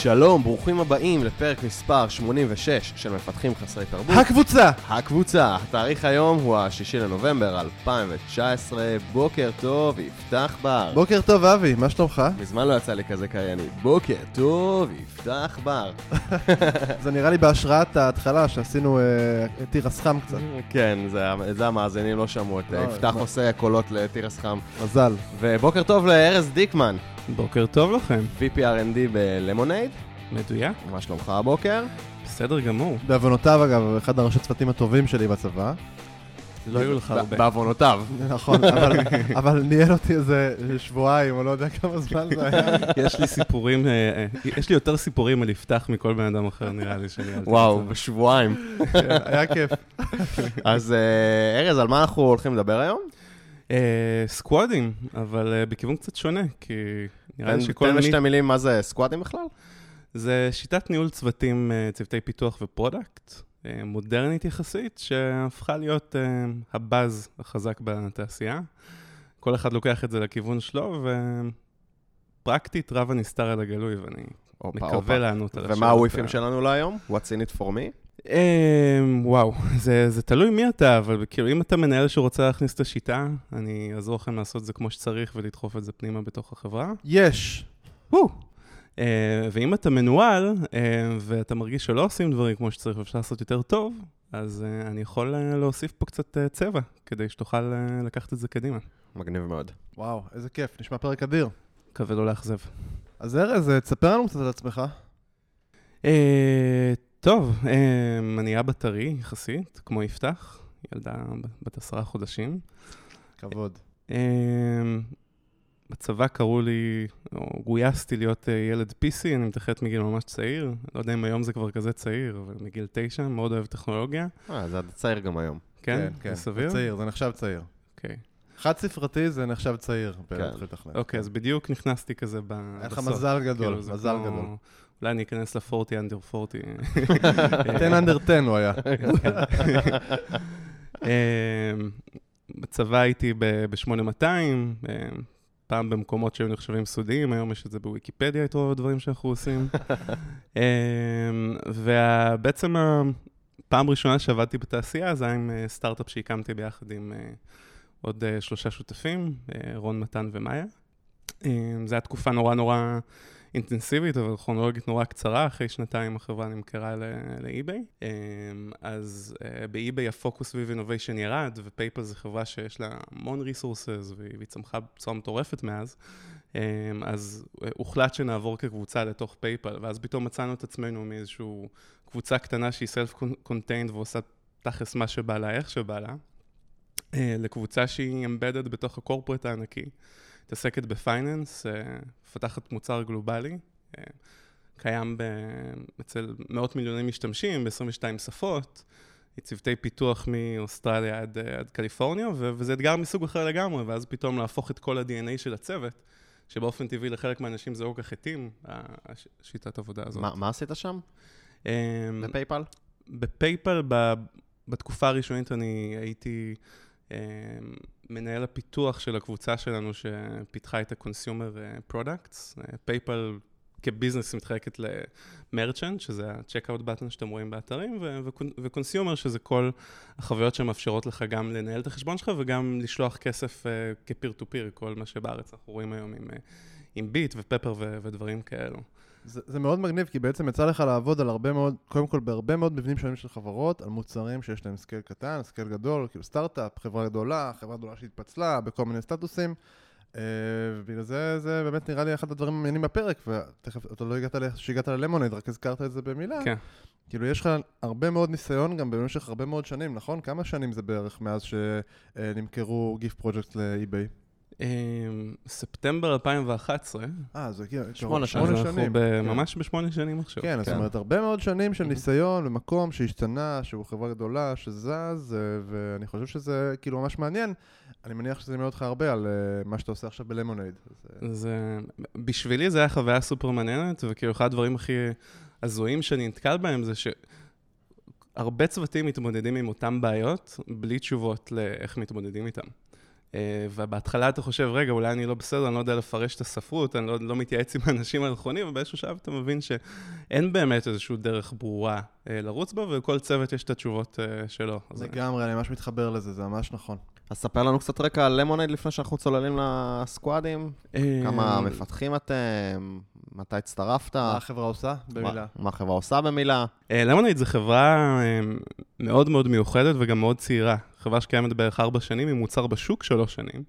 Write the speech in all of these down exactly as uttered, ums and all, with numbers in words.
שלום, ברוכים הבאים לפרק מספר שמונים ושש של מפתחים חסרי תרבות. הקבוצה! הקבוצה. התאריך היום הוא השישי לנובמבר אלפיים תשע עשרה. בוקר טוב, יפתח בר. בוקר טוב אבי, מה שלומך? מזמן לא יצא לי כזה קרייני. בוקר טוב, יפתח בר. זה נראה לי בהשראת ההתחלה שעשינו את תירס חם קצת. כן, זה, זה המאזינים לא שמעו את יפתח עושה קולות לתירס חם. מזל. ובוקר טוב לארז דיקמן. בוקר טוב לכם. וי פי אר אנד די בלמונייד. מדויק. מה שלומך הבוקר? בסדר גמור. בעוונותיו אגב, אחד הראשי צוותים הטובים שלי בצבא. לא היו לך הרבה. בעוונותיו. נכון, אבל, אבל ניהל אותי איזה שבועיים, או לא יודע כמה זמן זה היה. יש לי סיפורים, יש לי יותר סיפורים על יפתח מכל בן אדם אחר נראה לי שאני... וואו, בשבועיים. היה כיף. אז ארז, על מה אנחנו הולכים לדבר היום? סקואדים, אבל בכיוון קצת שונה, כי נראה לי שכל... תן לשתי מילים מה זה סקואדים בכלל? זה שיטת ניהול צוותים, צוותי פיתוח ופרודקט, מודרנית יחסית, שהפכה להיות הבאז החזק בתעשייה. כל אחד לוקח את זה לכיוון שלו, ופרקטית רב הנסתר על הגלוי, ואני מקווה לענות על השאלות. ומה הוויפים שלנו להיום? What's in it for me? וואו, זה תלוי מי אתה, אבל כאילו אם אתה מנהל שרוצה להכניס את השיטה, אני אעזור לכם לעשות את זה כמו שצריך ולדחוף את זה פנימה בתוך החברה. יש. ואם אתה מנוהל ואתה מרגיש שלא עושים דברים כמו שצריך ואפשר לעשות יותר טוב, אז אני יכול להוסיף פה קצת צבע כדי שתוכל לקחת את זה קדימה. מגניב מאוד. וואו, איזה כיף, נשמע פרק אדיר. מקווה לא לאכזב. אז ארז, תספר לנו קצת על עצמך. טוב, אני אבא טרי יחסית, כמו יפתח, ילדה בת עשרה חודשים. כבוד. בצבא קראו לי, או גויסתי להיות ילד פי סי, אני מתחת מגיל ממש צעיר. לא יודע אם היום זה כבר כזה צעיר, אבל מגיל תשע, מאוד אוהב טכנולוגיה. אה, זה צעיר גם היום. כן? כן, זה סביר? זה צעיר, זה נחשב צעיר. אוקיי. חד ספרתי זה נחשב צעיר. אוקיי, אז בדיוק נכנסתי כזה בסוף. היה לך מזל גדול, מזל גדול. אולי אני אכנס ל-ארבעים אנדר ארבעים. עשר אנדר עשר הוא היה. בצבא הייתי ב-שמונה מאתיים, פעם במקומות שהיו נחשבים סודיים, היום יש את זה בוויקיפדיה, את רוב הדברים שאנחנו עושים. ובעצם הפעם ראשונה שעבדתי בתעשייה, זה היה עם סטארט-אפ שהקמתי ביחד עם עוד שלושה שותפים, רון, מתן ומאיה. זו הייתה תקופה נורא נורא אינטנסיבית, אבל כרונולוגית נורא קצרה, אחרי שנתיים החברה נמכרה לאי-ביי. אז באי-ביי הפוקוס סביב אינוביישן ירד, ופייפל זו חברה שיש לה המון ריסורסס, והיא צמחה בצורה מטורפת מאז. אז הוחלט שנעבור כקבוצה לתוך פייפל, ואז פתאום מצאנו את עצמנו מאיזושהי קבוצה קטנה שהיא self-contained ועושה תכלס מה שבא לה, איך שבא לה, לקבוצה שהיא embedded בתוך הקורפרט הענקי. מתעסקת בפייננס, פתחת מוצר גלובלי, קיים אצל מאות מיליוני משתמשים, ב-עשרים ושתיים שפות, צוותי פיתוח מאוסטרליה עד, עד קליפורניה, וזה אתגר מסוג אחר לגמרי, ואז פתאום להפוך את כל ה-די אן איי של הצוות, שבאופן טבעי לחלק מהאנשים זה לא כל כך התאים, השיטת עבודה הזאת. מה, מה עשית שם? בפייפל? בפייפל, בתקופה הראשונית אני הייתי מנהל הפיתוח של הקבוצה שלנו שפיתחה את ה-Consumer Products. פייפל כביזנס מתחלקת ל-Merchant, שזה ה-Checkout button שאתם רואים באתרים, ו-Consumer, שזה כל החוויות שמאפשרות לך גם לנהל את החשבון שלך, וגם לשלוח כסף כפיר-טו-פיר, כל מה שבארץ אנחנו רואים היום עם, עם ביט ופפר ודברים כאלו. זה, זה מאוד מגניב, כי בעצם יצא לך לעבוד על הרבה מאוד, קודם כל בהרבה מאוד מבנים שונים של חברות, על מוצרים שיש להם סקייל קטן, סקייל גדול, כאילו סטארט-אפ, חברה גדולה, חברה גדולה שהתפצלה, בכל מיני סטטוסים, ובגלל זה, זה באמת נראה לי אחד הדברים המעניינים בפרק, ותכף, אתה לא הגעת ל... שהגעת ללמונייד, רק הזכרת את זה במילה. כן. כאילו יש לך הרבה מאוד ניסיון גם במשך הרבה מאוד שנים, נכון? כמה שנים זה בערך מאז שנמכרו גיפט פרויקט לאי-ביי? ספטמבר אלפיים ואחת עשרה. אה, זה הגיע, שמונה שנים. אנחנו ממש בשמונה שנים עכשיו. כן, זאת אומרת, הרבה מאוד שנים של ניסיון במקום שהשתנה, שהוא חברה גדולה, שזז, ואני חושב שזה כאילו ממש מעניין. אני מניח שזה ימד אותך הרבה על מה שאתה עושה עכשיו בלמונייד. בשבילי זה היה חוויה סופר מעניינת, וכאילו אחד הדברים הכי הזויים שאני נתקל בהם זה שהרבה צוותים מתמודדים עם אותם בעיות, בלי תשובות לאיך מתמודדים איתם. ובהתחלה אתה חושב, רגע, אולי אני לא בסדר, אני לא יודע לפרש את הספרות, אני לא, לא מתייעץ עם האנשים הנכונים, ובאיזשהו שלב אתה מבין שאין באמת איזושהי דרך ברורה לרוץ בה, וכל צוות יש את התשובות שלו. לגמרי, אני ממש מתחבר לזה, זה ממש נכון. אז ספר לנו קצת רקע על למונייד לפני שאנחנו צוללים לסקואדים. כמה מפתחים אתם? מתי הצטרפת? מה החברה עושה? במילה. מה החברה עושה במילה? למונייד זו חברה מאוד מאוד מיוחדת וגם מאוד צעירה. חברה שקיימת בערך ארבע שנים, היא מוצר בשוק שלוש שנים.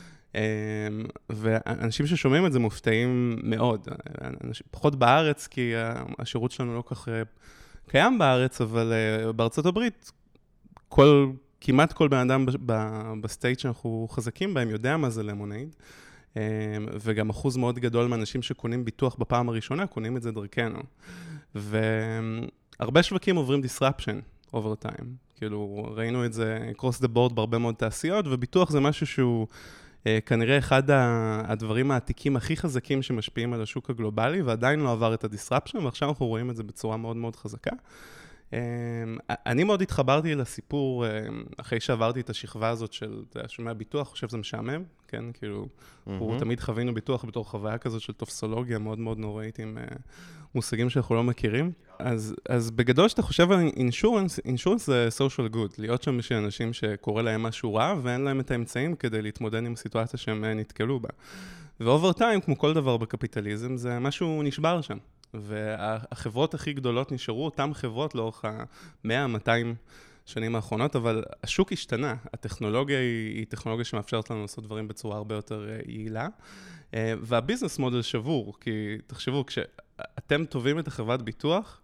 ואנשים ששומעים את זה מופתעים מאוד. פחות בארץ, כי השירות שלנו לא כך קיים בארץ, אבל בארצות הברית, כל... כמעט כל בן אדם בסטייט שאנחנו חזקים בהם יודע מה זה למונייד, וגם אחוז מאוד גדול מאנשים שקונים ביטוח בפעם הראשונה, קונים את זה דרכנו. והרבה שווקים עוברים disruption over time. כאילו, ראינו את זה across the board בהרבה מאוד תעשיות, וביטוח זה משהו שהוא כנראה אחד הדברים העתיקים הכי חזקים שמשפיעים על השוק הגלובלי, ועדיין לא עבר את ה-disruption, ועכשיו אנחנו רואים את זה בצורה מאוד מאוד חזקה. אני מאוד התחברתי לסיפור, אחרי שעברתי את השכבה הזאת של שומע ביטוח, חושב שזה משעמם, כן, כאילו, הוא תמיד חווינו ביטוח בתור חוויה כזאת של טופסולוגיה מאוד מאוד נוראית עם מושגים שאנחנו לא מכירים. אז, אז בגדול שאתה חושב על אינשורנס, אינשורנס זה social good, להיות שם בשביל אנשים שקורה להם משהו רע, ואין להם את האמצעים כדי להתמודד עם הסיטואציה שהם נתקלו בה. ואובר טיים, כמו כל דבר בקפיטליזם, זה משהו נשבר שם. והחברות הכי גדולות נשארו אותן חברות לאורך ה-מאה מאתיים שנים האחרונות, אבל השוק השתנה. הטכנולוגיה היא, היא טכנולוגיה שמאפשרת לנו לעשות דברים בצורה הרבה יותר יעילה, והביזנס מודל שבור, כי תחשבו, כשאתם טובים את החברת ביטוח,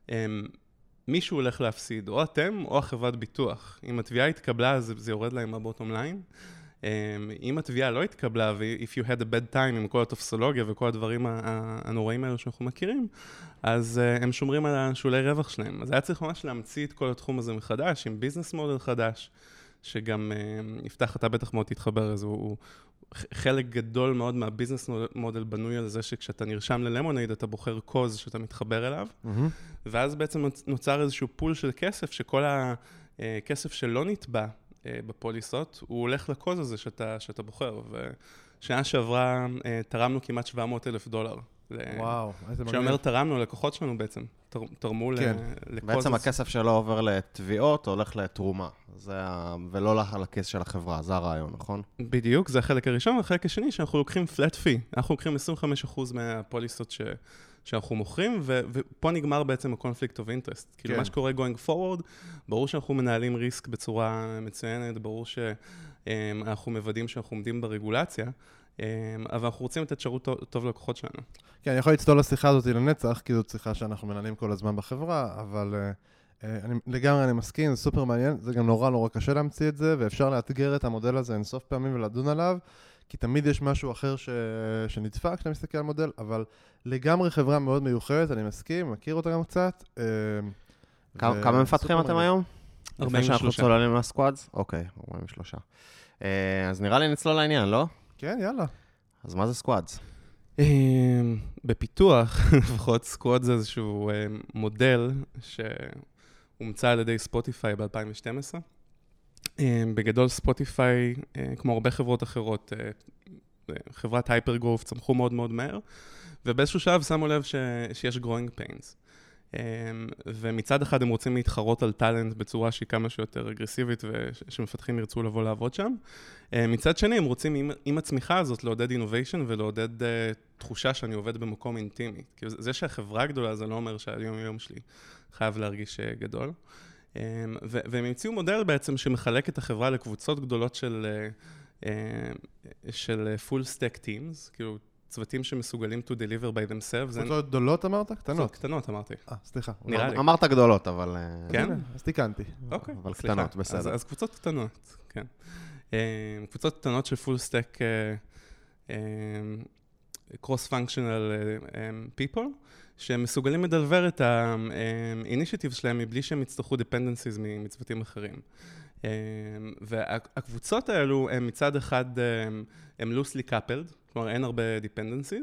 מישהו הולך להפסיד, או אתם או החברת ביטוח. אם התביעה התקבלה, זה, זה יורד להם בבוטום ליין. אם התביעה לא התקבלה, ו-if you had a bad time עם כל הטופסולוגיה וכל הדברים הנוראים האלו שאנחנו מכירים, אז הם שומרים על השולי רווח שלהם. אז היה צריך ממש להמציא את כל התחום הזה מחדש, עם ביזנס מודל חדש, שגם יפתח, אתה בטח מאוד תתחבר, אז הוא חלק גדול מאוד מהביזנס מודל בנוי על זה שכשאתה נרשם ללמונייד, אתה בוחר קוז שאתה מתחבר אליו, ואז בעצם נוצר איזשהו פול של כסף, שכל הכסף שלא נתבע, בפוליסות, הוא הולך לקוז הזה שאתה, שאתה בוחר, ושנה שעברה תרמנו כמעט שבע מאות אלף דולר. וואו, איזה מגניב. שאומר תרמנו, לקוחות שלנו בעצם, תרמו כן. לקוז. בעצם הכסף שלו עובר לתביעות, הולך לתרומה, זה ה... ולא לכיס של החברה, זה הרעיון, נכון? בדיוק, זה החלק הראשון, והחלק השני שאנחנו לוקחים flat fee, אנחנו לוקחים עשרים וחמישה אחוז מהפוליסות ש... שאנחנו מוכרים, ו- ופה נגמר בעצם ה-conflict of interest. כן. כאילו מה שקורה going forward, ברור שאנחנו מנהלים ריסק בצורה מצוינת, ברור שאנחנו מוודאים שאנחנו עומדים ברגולציה, אבל אנחנו רוצים לתת שירות טוב, טוב ללקוחות שלנו. כן, אני יכול לצלול לשיחה הזאת לנצח, כי זאת שיחה שאנחנו מנהלים כל הזמן בחברה, אבל uh, אני, לגמרי אני מסכים, זה סופר מעניין, זה גם נורא נורא קשה להמציא את זה, ואפשר לאתגר את המודל הזה אינסוף פעמים ולדון עליו, כי תמיד יש משהו אחר ש... שנדפק כשאתה מסתכל על מודל, אבל לגמרי חברה מאוד מיוחדת, אני מסכים, מכיר אותה גם קצת. כמה, ו... כמה מפתחים אתם היום? ארבעים ושלושה. לפני שאנחנו צוללים לסקואדס? אוקיי, ארבעים ושלושה. אז נראה לי נצלול לעניין, לא? כן, יאללה. אז מה זה סקואדס? בפיתוח, לפחות סקואד זה איזשהו מודל שהומצא על ידי ספוטיפיי ב-אלפיים ושתים עשרה. בגדול ספוטיפיי, כמו הרבה חברות אחרות, חברת הייפרגרוף צמחו מאוד מאוד מהר, ובאיזשהו שלב שמו לב ש... שיש growing pains. ומצד אחד הם רוצים להתחרות על טלנט בצורה שהיא כמה שיותר אגרסיבית ושמפתחים ירצו לבוא לעבוד שם. מצד שני הם רוצים עם, עם הצמיחה הזאת לעודד innovation ולעודד uh, תחושה שאני עובד במקום אינטימי. כי זה שהחברה גדולה זה לא אומר שהיום יום שלי חייב להרגיש uh, גדול. Um, ו- והם המציאו מודל בעצם שמחלק את החברה לקבוצות גדולות של, uh, uh, של uh, full stack teams, כאילו צוותים שמסוגלים to deliver by themselves. קבוצות גדולות אמרת? קטנות? קטנות אמרתי. אה, סליחה. נראה לי. אמרת גדולות, אבל... כן? אז תיקנתי. אוקיי, אבל קטנות, בסדר. אז, אז קבוצות קטנות, כן. קבוצות קטנות של full stack cross-functional people, שמסוגלים לדלבר את ה-initiatives שלהם מבלי שהם יצטרכו dependencies מצוותים אחרים. והקבוצות האלו הם מצד אחד, הם loosely coupled, כלומר אין הרבה dependencies,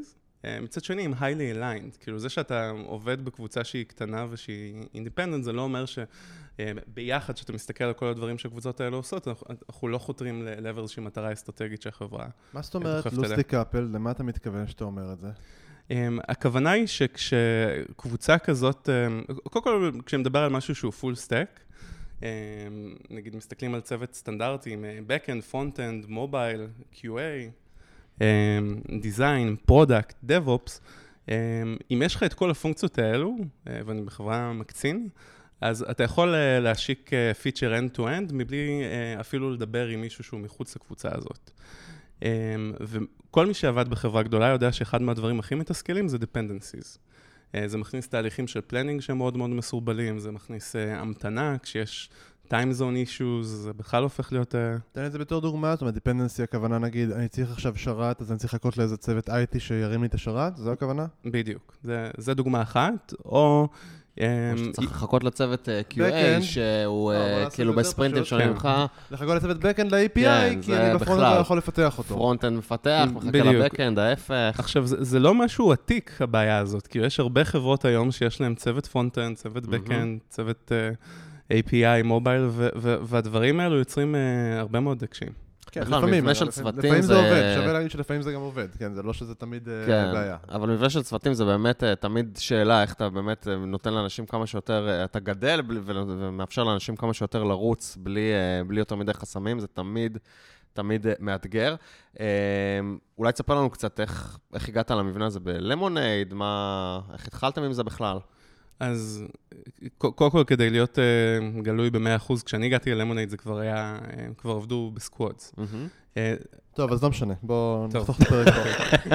מצד שני, הם highly aligned. כאילו, זה שאתה עובד בקבוצה שהיא קטנה ושהיא independent, זה לא אומר שביחד, שאתה מסתכל על כל הדברים שהקבוצות האלה עושות, אנחנו לא חותרים לעבר איזושהי מטרה אסטרטגית שהחברה... מה זאת אומרת לוסטי קאפל? למה אתה מתכוון שאתה אומר את זה? הכוונה היא שכשקבוצה כזאת, קודם כל, כשמדבר על משהו שהוא full stack, נגיד מסתכלים על צוות סטנדרטי עם backend, frontend, mobile, קיו איי, design, product, DevOps, אם יש לך את כל הפונקציות האלו, ואני בחברה מקצין, אז אתה יכול להשיק פיצ'ר end-to-end, מבלי אפילו לדבר עם מישהו שהוא מחוץ לקבוצה הזאת. וכל מי שעבד בחברה גדולה יודע שאחד מהדברים הכי מתסכלים זה dependencies. זה מכניס תהליכים של planning שהם מאוד מאוד מסורבלים, זה מכניס המתנה, כשיש time zone issues, זה בכלל הופך להיות... תן את זה בתור דוגמה, זאת אומרת, dependency, הכוונה נגיד, אני צריך עכשיו שרת, אז אני צריך לחכות לאיזה צוות איי טי שירים לי את השרת, זו הכוונה? בדיוק, זה דוגמה אחת, או... או שצריך לחכות לצוות קיו איי, שהוא כאילו בספרינטים שונים ממך. לחכות לצוות backend ל-איי פי איי, כי אני בפרונט לא יכול לפתח אותו. פרונט-אנד מפתח, מחכה לבקאנד, ההפך. עכשיו, זה לא משהו עתיק, הבעיה הזאת, כי יש הרבה חברות היום שיש להם צוות פרונט-אנד, צוות backend, צוות איי פי איי, מובייל, והדברים האלו יוצרים הרבה מאוד הקשים. לפעמים, לפעמים זה עובד, שווה להגיד שלפעמים זה גם עובד, כן, זה לא שזה תמיד בעיה. אבל מבנה של צוותים זה באמת תמיד שאלה, איך אתה באמת נותן לאנשים כמה שיותר, אתה גדל ומאפשר לאנשים כמה שיותר לרוץ בלי יותר מדי חסמים, זה תמיד, תמיד מאתגר. אולי תספר לנו קצת איך הגעת למבנה הזה בלמונייד, איך התחלתם עם זה בכלל? אז קודם כל, כדי להיות uh, גלוי ב-מאה אחוז, כשאני הגעתי ללמונייד זה כבר היה, הם כבר עבדו בסקוואדס. Mm-hmm. Uh, טוב, אז לא משנה, בואו נחתוך את הפרק פה.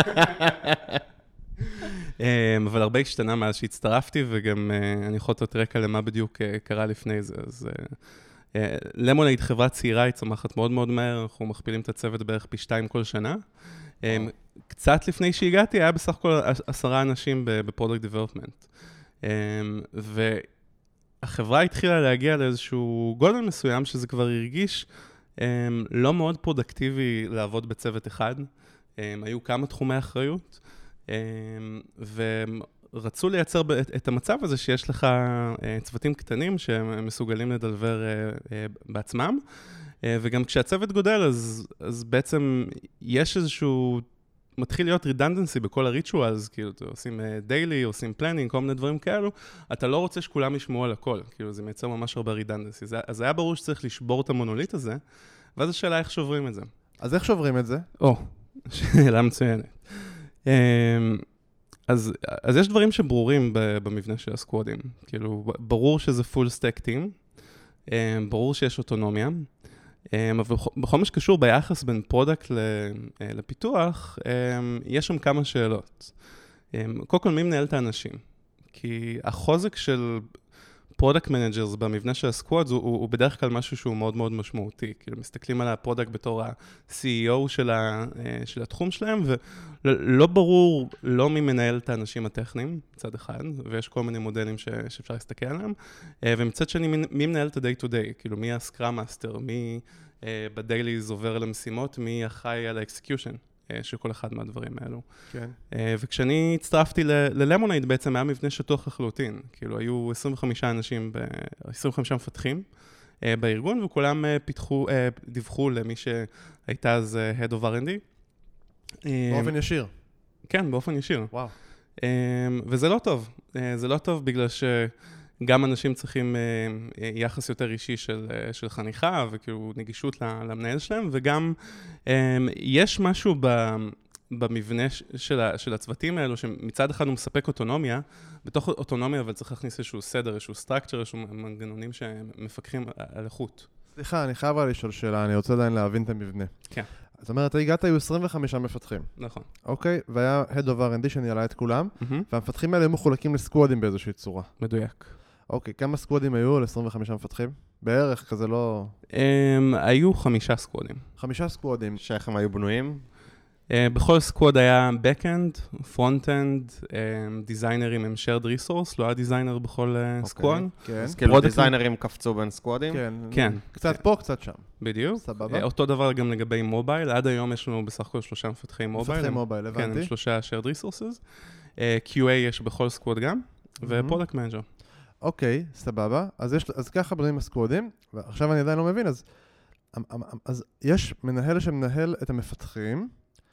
um, אבל הרבה השתנה מאז שהצטרפתי, וגם uh, אני יכול לתת רקע למה בדיוק uh, קרה לפני זה. אז למונייד uh, uh, חברה צעירה, היא צומחת מאוד מאוד מהר, אנחנו מכפילים את הצוות בערך פי שתיים כל שנה. Um, קצת לפני שהגעתי, היה בסך הכל עשרה אנשים בפרודקט דיבלופמנט. Um, והחברה התחילה להגיע לאיזשהו גודל מסוים שזה כבר הרגיש um, לא מאוד פרודקטיבי לעבוד בצוות אחד. Um, היו כמה תחומי אחריות, um, ורצו לייצר את, את המצב הזה שיש לך uh, צוותים קטנים שהם מסוגלים לדלבר uh, uh, בעצמם, uh, וגם כשהצוות גודל אז, אז בעצם יש איזשהו... מתחיל להיות redundancy בכל הריטואלס, כאילו, עושים דיילי, עושים פלנינג, כל מיני דברים כאלו, אתה לא רוצה שכולם ישמעו על הכל, כאילו, זה מייצר ממש הרבה redundancy. אז היה ברור שצריך לשבור את המונוליט הזה, ואז השאלה איך שוברים את זה. אז איך שוברים את זה? או, שאלה מצוינת. אז, אז יש דברים שברורים במבנה של הסקוואדים, כאילו, ברור שזה full stack team, ברור שיש אוטונומיה, אבל בכל מה שקשור ביחס בין פרודקט לפיתוח, יש שם כמה שאלות. קודם כל, מי מנהל את האנשים? כי החוזק של פרודקט מנג'רס במבנה של הסקוואדס הוא, הוא בדרך כלל משהו שהוא מאוד מאוד משמעותי. כאילו, מסתכלים על הפרודקט בתור ה-סי אי או של, ה, של התחום שלהם, ולא ברור לא מי מנהל את האנשים הטכניים, מצד אחד, ויש כל מיני מודלים ש, שאפשר להסתכל עליהם, ומצד שני, מי, מי מנהל את ה-day to day? כאילו, מי הסקראם מאסטר? מי בדייליז עובר על המשימות? מי אחראי על האקסקיושן של כל אחד מהדברים האלו. כן. וכשאני הצטרפתי ללמונייד, בעצם היה מבנה שטוח לחלוטין. כאילו, היו עשרים וחמישה אנשים, עשרים וחמישה מפתחים בארגון, וכולם פיתחו, דיווחו למי שהייתה אז Head of אר אנד די. באופן ישיר. כן, באופן ישיר. וואו. וזה לא טוב. זה לא טוב בגלל שגם אנשים צריכים יחס יותר אישי של, של חניכה, וכאילו נגישות למנהל שלהם, וגם יש משהו ב... במבנה של, של הצוותים האלו, שמצד אחד הוא מספק אוטונומיה, בתוך אוטונומיה אבל צריך להכניס איזשהו סדר, איזשהו סטרקצ'ר, איזשהו מנגנונים שמפקחים על איכות. סליחה, אני חייב לשאול שאלה, אני רוצה עדיין להבין את המבנה. כן. זאת אומרת, הגעת, היו עשרים וחמישה מפתחים. נכון. אוקיי, והיה Head of אר אנד די שניהלה את כולם, mm-hmm. והמפתחים האלה היו מחולקים לסקוואדים באיזושהי צורה. מדויק. אוקיי, כמה סקוואדים היו ל-עשרים וחמישה מפתחים? בערך, כזה לא... הם, היו חמישה סקוואדים. חמישה סקוואדים. שאיך הם היו בנויים? בכל סקווד היה backend, frontend, דיזיינרים עם shared resource, לא היה דיזיינר בכל סקווד. אז כאילו דיזיינרים קפצו בין סקודים? כן. קצת פה, קצת שם. בדיוק. סבבה. אותו דבר גם לגבי מובייל, עד היום יש לנו בסך הכל שלושה מפתחי מובייל. מפתחי מובייל, הבנתי. כן, שלושה shared resources. קיו איי יש בכל סקווד גם, ופרודקט מנג'ר. אוקיי, סבבה. אז, יש, אז ככה בנים הסקודים, ועכשיו אני עדיין לא מבין, אז, אז יש מנהל שמנהל את המפתחים,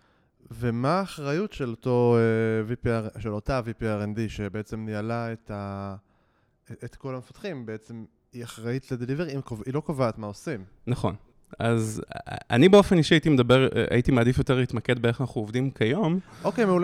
ומה האחריות של אותו וי פי אר, של אותה וי פי אר אנד די שבעצם ניהלה את, ה, את כל המפתחים, בעצם היא אחראית לדליבר, היא לא קובעת מה עושים. נכון. אז אני באופן אישי הייתי מדבר, הייתי מעדיף יותר להתמקד באיך אנחנו עובדים כיום. אוקיי, מעולה.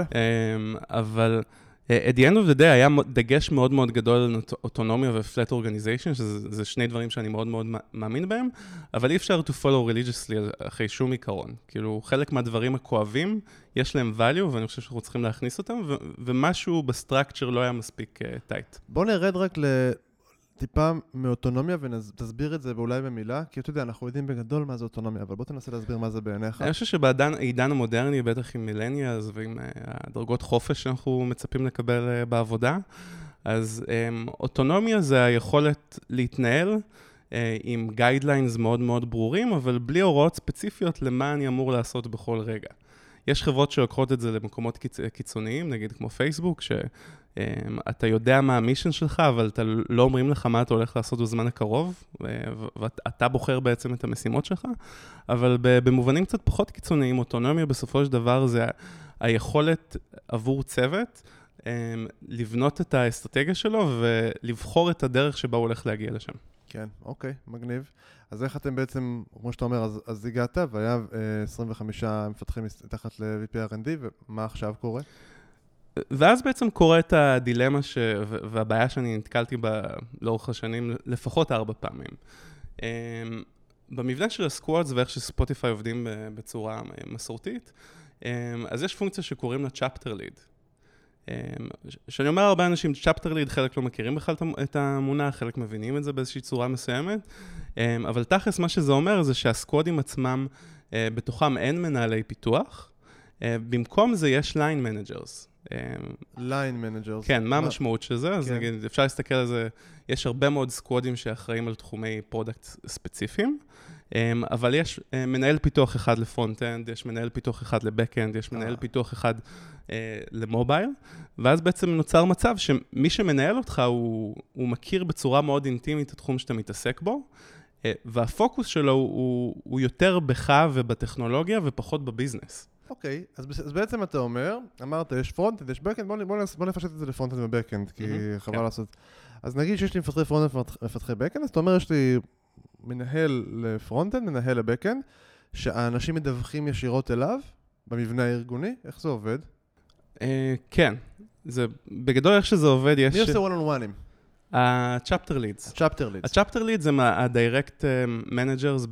אבל at the end of the day היה דגש מאוד מאוד גדול על אוטונומיה ו-flat organization, שזה שני דברים שאני מאוד מאוד מאמין בהם, אבל אי אפשר to follow religiously אחרי שום עיקרון. כאילו, חלק מהדברים הכואבים, יש להם value, ואני חושב שאנחנו צריכים להכניס אותם, ומשהו בסטרקצ'ר לא היה מספיק טייט. בוא נרד רק לטיפה מאוטונומיה, ותסביר את זה אולי במילה, כי אתה יודע, אנחנו יודעים בגדול מה זה אוטונומיה, אבל בוא תנסה להסביר מה זה בעיניך. אני חושב שבעידן המודרני, בטח עם מילניאז ועם הדרגות חופש שאנחנו מצפים לקבל בעבודה, אז אוטונומיה זה היכולת להתנהל עם גיידליינס מאוד מאוד ברורים, אבל בלי הוראות ספציפיות למה אני אמור לעשות בכל רגע. יש חברות שלוקחות את זה למקומות קיצוניים, נגיד כמו פייסבוק, שאתה יודע מה המישן שלך, אבל אתה לא אומרים לך מה אתה הולך לעשות בזמן הקרוב, ואתה בוחר בעצם את המשימות שלך, אבל במובנים קצת פחות קיצוניים, אוטונומיה בסופו של דבר זה היכולת עבור צוות, לבנות את האסטרטגיה שלו ולבחור את הדרך שבה הוא הולך להגיע לשם. כן, אוקיי, מגניב. אז איך אתם בעצם, כמו שאתה אומר, אז, אז הגעת והיה עשרים וחמישה מפתחים תחת ל-וי פי אר אנד די, ומה עכשיו קורה? ואז בעצם קורה את הדילמה ש... והבעיה שאני נתקלתי בה לאורך השנים לפחות ארבע פעמים. במבנה של הסקוואדס ואיך שספוטיפיי עובדים בצורה מסורתית, אז יש פונקציה שקוראים לה צ'פטר ליד. שאני אומר הרבה אנשים, צ'פטר ליד, חלק לא מכירים בכלל את המונח, חלק מבינים את זה באיזושהי צורה מסוימת, אבל תכלס מה שזה אומר זה שהסקוואדים עצמם, בתוכם אין מנהלי פיתוח, במקום זה יש ליין מנג'רס. ליין מנג'רס. כן, מה המשמעות של זה? אז נגיד, אפשר להסתכל על זה, יש הרבה מאוד סקוואדים שאחראים על תחומי פרודקט ספציפיים, אבל יש מנהל פיתוח אחד לפרונט-אנד, יש מנהל פיתוח אחד לבק-אנד, יש מנהל פיתוח אחד למובייל, ואז בעצם נוצר מצב שמי שמנהל אותך הוא, הוא מכיר בצורה מאוד אינטימית את התחום שאתה מתעסק בו, והפוקוס שלו הוא, הוא יותר בך ובטכנולוגיה ופחות בביזנס. אוקיי, אז, אז בעצם אתה אומר, אמרת, יש פרונט-אנד, יש בק-אנד, בוא, בוא, בוא נפשט את זה לפרונט-אנד ובק-אנד, כי mm-hmm, חבל כן. לעשות. אז נגיד שיש לי מפתחי פרונט-אנד ומפתחי בק-אנד, אז אתה אומר, יש לי מנהל לפרונט-אנד, מנהל לבק-אנד, שהאנשים מדווחים ישירות אליו, במבנה הארגוני, איך זה עובד? כן, זה, בגדול איך שזה עובד, יש... מי עושה one-on-one'ים? ה-chapter leads. ה-chapter leads. ה-chapter leads זה ה-direct managers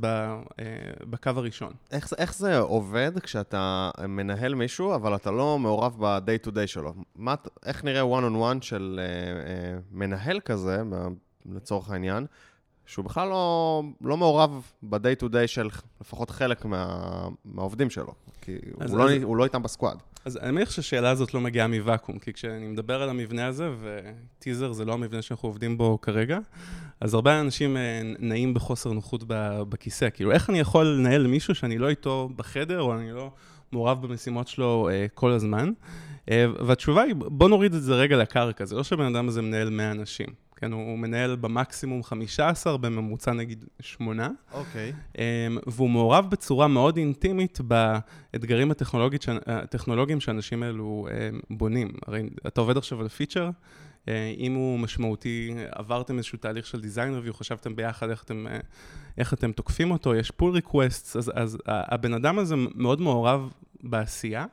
בקו הראשון. איך, איך זה עובד כשאתה מנהל מישהו, אבל אתה לא מעורב ב-day to day שלו? מה, איך נראה one-on-one של uh, uh, מנהל כזה, לצורך העניין, שהוא בכלל לא, לא מעורב ב-day to day של לפחות חלק מה, מהעובדים שלו, כי אז, הוא, אז, לא, הוא לא איתם בסקואד. אז אני מניח שהשאלה הזאת לא מגיעה מוואקום, כי כשאני מדבר על המבנה הזה, וטיזר זה לא המבנה שאנחנו עובדים בו כרגע, אז הרבה אנשים נעים בחוסר נוחות בכיסא. כאילו, איך אני יכול לנהל מישהו שאני לא איתו בחדר, או אני לא מעורב במשימות שלו כל הזמן? והתשובה היא, בוא נוריד את זה רגע לקרקע. זה לא שבן אדם הזה מנהל מאה אנשים. כן, הוא מנהל במקסימום חמישה עשר, בממוצע נגיד שמונה. אוקיי. והוא מעורב בצורה מאוד אינטימית באתגרים הטכנולוגיים שאנשים האלו בונים. הרי אתה עובד עכשיו על פיצ'ר, אם הוא משמעותי, עברתם איזשהו תהליך של דיזיין ריוויו, חשבתם ביחד איך אתם, איך אתם תוקפים אותו, יש פול ריקווסט, אז, אז הבן אדם הזה מאוד מעורב בעשייה,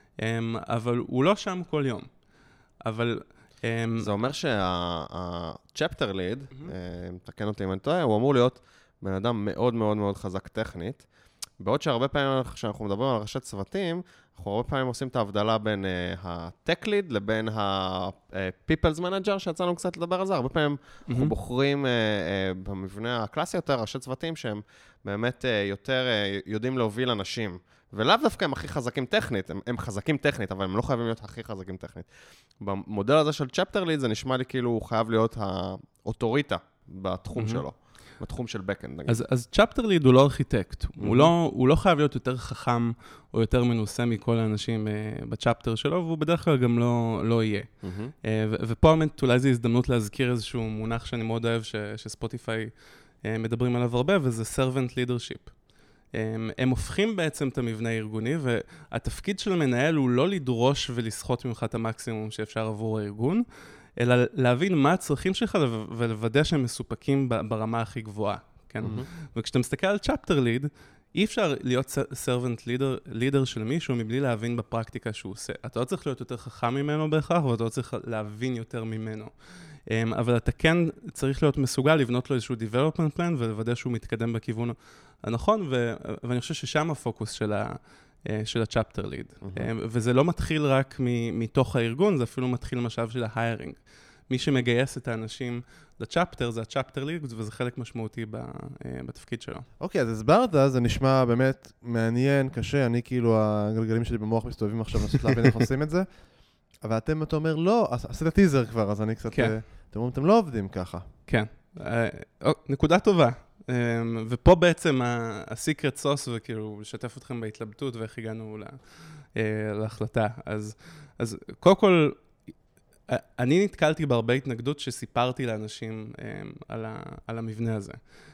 אבל הוא לא שם כל יום. אבל... זה אומר שה-chapter lead, תקן אותי אם אני טועה, הוא אמור להיות בן אדם מאוד מאוד מאוד חזק טכנית, בעוד שהרבה פעמים כשאנחנו מדברים על ראשי צוותים, אנחנו הרבה פעמים עושים את ההבדלה בין uh, ה-Tech Lead לבין ה-People's Manager, שיצאנו קצת לדבר על זה. הרבה פעמים mm-hmm. אנחנו בוחרים uh, uh, במבנה הקלאסי יותר, ראשי צוותים שהם באמת uh, יותר uh, יודעים להוביל אנשים. ולאו דווקא הם הכי חזקים טכנית, הם, הם חזקים טכנית, אבל הם לא חייבים להיות הכי חזקים טכנית. במודל הזה של Chapter Lead זה נשמע לי כאילו הוא חייב להיות האוטוריטה בתחום mm-hmm. שלו. בתחום של backend, נגיד. אז, אז Chapter Lead הוא לא ארכיטקט, mm-hmm. הוא, לא, הוא לא חייב להיות יותר חכם או יותר מנוסה מכל האנשים uh, בצ'פטר שלו, והוא בדרך כלל גם לא, לא יהיה. Mm-hmm. Uh, ו- ופה באמת אולי זו הזדמנות להזכיר איזשהו מונח שאני מאוד אוהב, ש- שספוטיפיי uh, מדברים עליו הרבה, וזה Servant Leadership. Um, הם הופכים בעצם את המבנה הארגוני, והתפקיד של מנהל הוא לא לדרוש ולסחוט ממך את המקסימום שאפשר עבור הארגון, אלא להבין מה הצרכים שלך ולוודא שהם מסופקים ברמה הכי גבוהה, כן? Mm-hmm. וכשאתה מסתכל על Chapter Lead, אי אפשר להיות Servant Leader, leader של מישהו מבלי להבין בפרקטיקה שהוא עושה. אתה לא צריך להיות יותר חכם ממנו בהכרח, ואתה לא צריך להבין יותר ממנו. אבל אתה כן צריך להיות מסוגל לבנות לו איזשהו development plan ולוודא שהוא מתקדם בכיוון הנכון, ו- ואני חושב ששם הפוקוס של ה... של ה-Chapter Lead. Mm-hmm. וזה לא מתחיל רק מתוך הארגון, זה אפילו מתחיל למשאב של ה-hiring. מי שמגייס את האנשים ל-Chapter זה ה-Chapter Lead, וזה חלק משמעותי בתפקיד שלו. אוקיי, אז הסברת, זה נשמע באמת מעניין, קשה, אני כאילו, הגלגלים שלי במוח מסתובבים עכשיו, לנסות להבין איך עושים את זה, אבל אתם, אתה אומר, לא, עשית טיזר כבר, אז אני קצת, כן. אתם אומרים, אתם לא עובדים ככה. כן, נקודה טובה. ופה בעצם הסיקרט סוס, וכאילו לשתף אתכם בהתלבטות ואיך הגענו להחלטה. אז, אז קודם כל, אני נתקלתי בהרבה התנגדות שסיפרתי לאנשים על, ה, על המבנה הזה.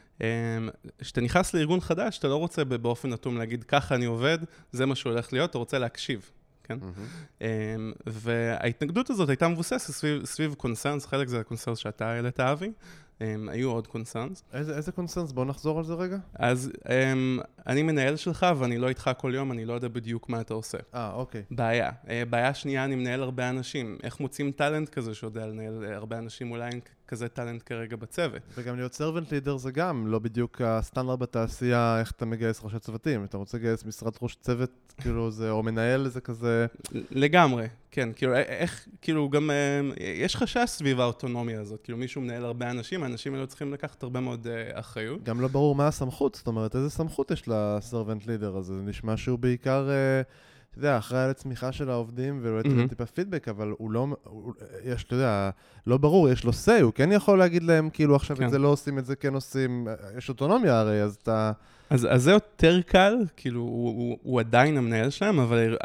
כשאתה נכנס לארגון חדש, אתה לא רוצה באופן נתון להגיד, ככה אני עובד, זה מה שהולך להיות, אתה רוצה להקשיב. כן? Mm-hmm. וההתנגדות הזאת הייתה מבוססת סביב, סביב קונסרנס, חלק זה הקונסרנס שאתה העלית, אבי, היו עוד קונסרנס. איזה, איזה קונסרנס? בואו נחזור על זה רגע. אז אני מנהל שלך ואני לא איתך כל יום, אני לא יודע בדיוק מה אתה עושה. אה, אוקיי. בעיה. בעיה שנייה, אני מנהל הרבה אנשים. איך מוצאים טלנט כזה שיודע לנהל הרבה אנשים, אולי אין כזה טלנט כרגע בצוות. וגם להיות סרבנט לידר זה גם לא בדיוק הסטנדרט בתעשייה, איך אתה מגייס ראשי צוותים. אתה רוצה לגייס משרד ראש צוות, כאילו זה, או מנהל זה כזה... לגמרי, כן. כאילו, איך, כאילו גם, יש חשש סביב האוטונומיה הזאת. כאילו מישהו מנהל הרבה אנשים, האנשים האלה צריכים לקחת הרבה מאוד אחריות. גם לא ברור מה הסמכות, זאת אומרת, איזה סמכות יש לסרבנט לידר הזה? זה נשמע שהוא בעיקר... אתה יודע, אחראי על הצמיחה של העובדים, ואולי תראה טיפה פידבק, אבל הוא לא, יש, אתה יודע, לא ברור, יש לו say, הוא כן יכול להגיד להם, כאילו עכשיו את זה לא עושים, את זה כן עושים, יש אוטונומיה הרי, אז אתה... אז זה יותר קל, כאילו, הוא עדיין המנהל שלהם, אבל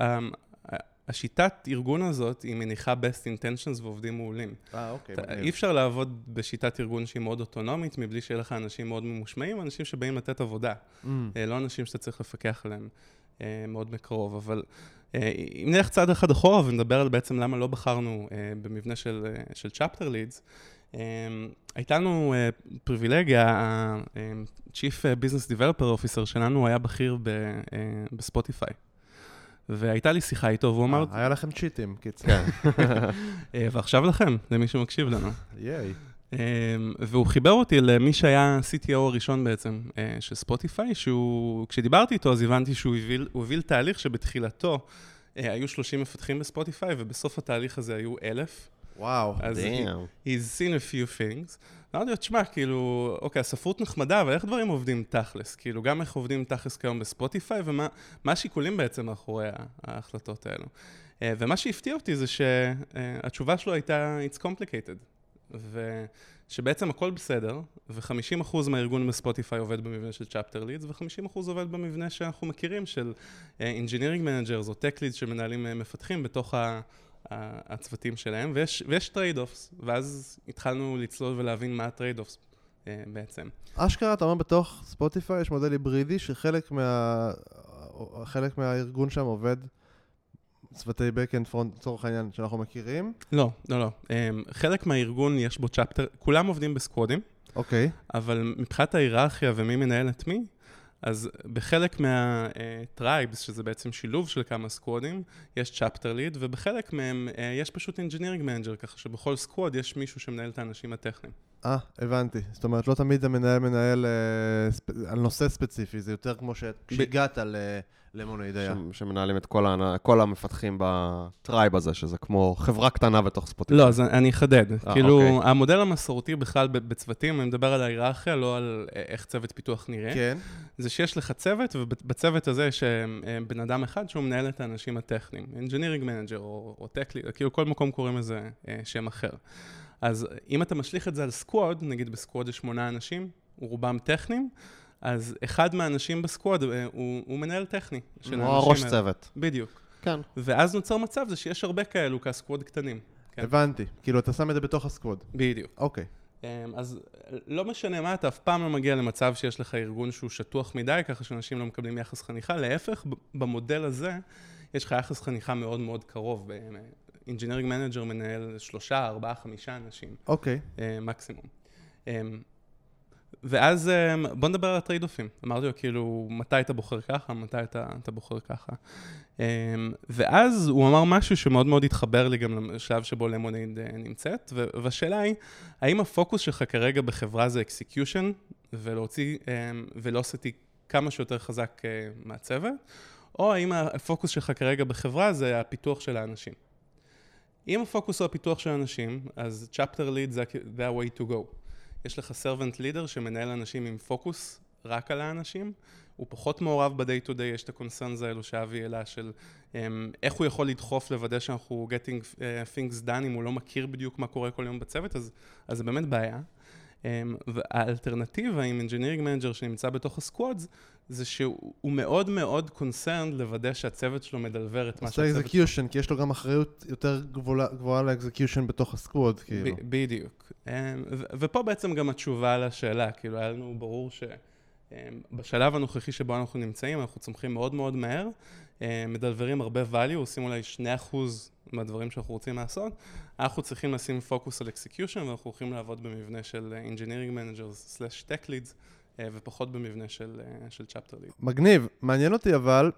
השיטת ארגון הזאת היא מניחה best intentions ועובדים מעולים. אה, אוקיי. אי אפשר לעבוד בשיטת ארגון שהיא מאוד אוטונומית, מבלי שיהיה לך אנשים מאוד ממושמעים, אנשים שבאים לתת עבודה, לא אנשים שאתה צריך לפקח עליהם. מאוד מקרוב, אבל אם נלך צעד אחד אחורה ונדבר על בעצם למה לא בחרנו במבנה של, של Chapter Leads, הייתה לנו פריבילגיה, ה-Chief Business Developer Officer שלנו היה בכיר בספוטיפיי. והייתה לי שיחה איתו, והוא אמר... היה לכם צ'יטים, קיצר. ועכשיו לכם, למי שמקשיב לנו. ייי. והוא חיבר אותי למי שהיה סי טי או הראשון בעצם של ספוטיפיי, שהוא, כשדיברתי איתו אז הבנתי שהוא הוביל, הוא הוביל תהליך שבתחילתו היו שלושים מפתחים בספוטיפיי, ובסוף התהליך הזה היו אלף. וואו, אז he, he's seen a few things. אמרתי לו, תשמע, כאילו, אוקיי, הספרות נחמדה, אבל איך דברים עובדים תכלס? כאילו, גם איך עובדים תכלס כיום בספוטיפיי, ומה מה השיקולים בעצם מאחורי ההחלטות האלו. ומה שהפתיע אותי זה שהתשובה שלו הייתה, it's complicated. ושבעצם הכל בסדר, ו-חמישים אחוז מהארגון בספוטיפיי עובד במבנה של Chapter Leads, ו-חמישים אחוז עובד במבנה שאנחנו מכירים של Engineering Managers או Tech Leads שמנהלים מפתחים בתוך הצוותים שלהם, ויש, ויש trade-offs, ואז התחלנו לצלול ולהבין מה ה-trade-offs בעצם. אשכרה, אתה אומר, בתוך ספוטיפיי יש מודל היברידי שחלק מה... חלק מהארגון שם עובד צוותי back-end front, לצורך העניין, שאנחנו מכירים? לא, לא, לא. חלק מהארגון יש בו צ'פטר, כולם עובדים בסקוואדים. אוקיי. אבל מבחינת ההיררכיה ומי מנהל את מי, אז בחלק מהטרייבס, שזה בעצם שילוב של כמה סקוואדים, יש צ'פטר ליד, ובחלק מהם יש פשוט engineering manager, ככה שבכל סקוואד יש מישהו שמנהל את האנשים הטכניים. אה, הבנתי. זאת אומרת, לא תמיד המנהל מנהל אה, ספ... על נושא ספציפי, זה יותר כמו שהגעת ל... למונייד היה. ש... שמנהלים את כל, ה... כל המפתחים בטרייב הזה, שזה כמו חברה קטנה בתוך ספוטיפיי. לא, אז אני אחדד. 아, כאילו, אוקיי. המודל המסורתי בכלל בצוותים, אני מדבר על ההיררכיה, לא על איך צוות פיתוח נראה. כן. זה שיש לך צוות, ובצוות הזה יש בן אדם אחד שהוא מנהל את האנשים הטכניים. engineering manager או, או tech lead, כאילו כל מקום קוראים לזה שם אחר. אז אם אתה משליך את זה על סקוואד, נגיד בסקוואד יש שמונה אנשים, רובם טכניים, אז אחד מהאנשים בסקוואד הוא, הוא מנהל טכני. הוא ראש צוות. בדיוק. כן. ואז נוצר מצב זה שיש הרבה כאלו כסקוואד קטנים. כן. הבנתי. כאילו, אתה שם את זה בתוך הסקוואד. בדיוק. אוקיי. אז לא משנה מה, אתה אף פעם לא מגיע למצב שיש לך ארגון שהוא שטוח מדי, ככה שאנשים לא מקבלים יחס חניכה. להפך, במודל הזה יש לך יחס חניכה מאוד מאוד קרוב. engineering manager מנהל שלושה, ארבעה, חמישה אנשים. אוקיי. מקסימום. ואז בוא נדבר על הטרייד-אופים. אמרתי לו, כאילו, מתי אתה בוחר ככה, מתי אתה, אתה בוחר ככה. ואז הוא אמר משהו שמאוד מאוד התחבר לי גם לשלב שבו למונייד נמצאת, והשאלה היא, האם הפוקוס שלך כרגע בחברה זה אקסקיושן, ולהוציא ולוסיטי כמה שיותר חזק מהצוות, או האם הפוקוס שלך כרגע בחברה זה הפיתוח של האנשים. אם הפוקוס הוא הפיתוח של האנשים, אז chapter lead זה ה-way to go. יש לך servant leader שמנהל אנשים עם פוקוס רק על האנשים, הוא פחות מעורב ב-day to day, יש את הקונסרנס האלו שאבי אלה של um, איך הוא יכול לדחוף לוודא שאנחנו getting uh, things done, אם הוא לא מכיר בדיוק מה קורה כל יום בצוות, אז, אז זה באמת בעיה. Um, והאלטרנטיבה עם engineering manager שנמצא בתוך הסקוואדס, זה שהוא מאוד מאוד קונסרנד לוודא שהצוות שלו מדלבר את מה שהצוות שלו. עושה אקזקיושן, כי יש לו גם אחריות יותר גבוהה לאקזקיושן בתוך הסקוואד, כאילו. בדיוק. ופה בעצם גם התשובה לשאלה, כאילו היה לנו ברור שבשלב הנוכחי שבו אנחנו נמצאים, אנחנו צומחים מאוד מאוד מהר, מדלברים הרבה value, עושים אולי שני אחוז מהדברים שאנחנו רוצים לעשות, אנחנו צריכים לשים פוקוס על אקזקיושן, ואנחנו הולכים לעבוד במבנה של engineering managers slash tech leads, ופחות במבנה של, של chapter lead. מגניב. מעניין אותי אבל,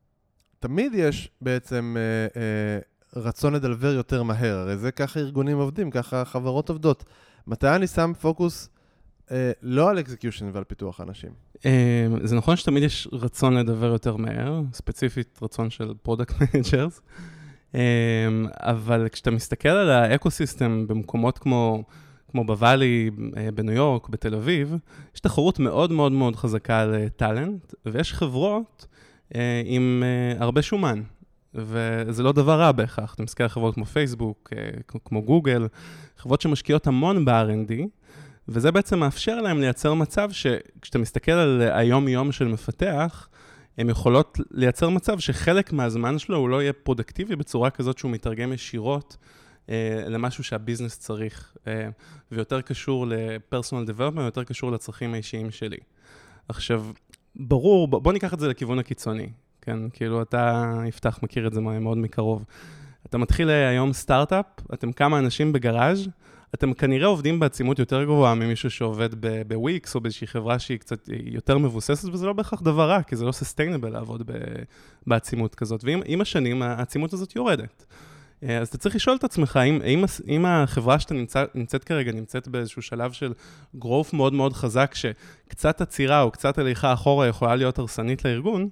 תמיד יש בעצם אה, אה, רצון לדלבר יותר מהר. הרי זה ככה ארגונים עובדים, ככה חברות עובדות. מתי אני שם פוקוס אה, לא על execution ועל פיתוח אנשים? אה, זה נכון שתמיד יש רצון לדבר יותר מהר, ספציפית רצון של product managers, אה, אבל כשאתה מסתכל על האקוסיסטם במקומות כמו... כמו בוואלי, בניו יורק, בתל אביב, יש תחרות מאוד מאוד מאוד חזקה על טלנט, ויש חברות אה, עם אה, הרבה שומן, וזה לא דבר רע בהכרח. אתה מסתכל על חברות כמו פייסבוק, אה, כמו גוגל, חברות שמשקיעות המון ב-אר אנד די, וזה בעצם מאפשר להם לייצר מצב שכשאתה מסתכל על היום-יום של מפתח, הן יכולות לייצר מצב שחלק מהזמן שלו הוא לא יהיה פרודקטיבי בצורה כזאת שהוא מתרגם ישירות, למשהו שהביזנס צריך, ויותר קשור לפרסונל דבלופמנט, ויותר קשור לצרכים האישיים שלי. עכשיו, ברור, בוא ניקח את זה לכיוון הקיצוני, כן? כאילו אתה, יפתח, מכיר את זה מאוד מקרוב. אתה מתחיל היום סטארט-אפ, אתם כמה אנשים בגראז', אתם כנראה עובדים בעצימות יותר גבוהה ממישהו שעובד בוויקס, או באיזושהי חברה שהיא קצת יותר מבוססת, וזה לא בהכרח דבר רע, כי זה לא ססטיינבל לעבוד בעצימות כזאת. ועם השנים, העצימות הזאת יורדת. אז אתה צריך לשאול את עצמך, האם, האם, האם החברה שאתה נמצא, נמצאת כרגע, נמצאת באיזשהו שלב של גרוף מאוד מאוד חזק, שקצת עצירה או קצת הליכה אחורה יכולה להיות הרסנית לארגון,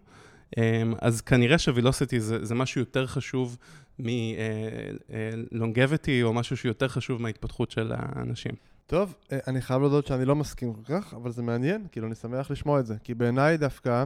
אז כנראה שווילוסיטי זה, זה משהו יותר חשוב מלונגביטי, או משהו שיותר חשוב מההתפתחות של האנשים. טוב, אני חייב להודות שאני לא מסכים כל כך, אבל זה מעניין, כאילו אני שמח לשמוע את זה, כי בעיניי דווקא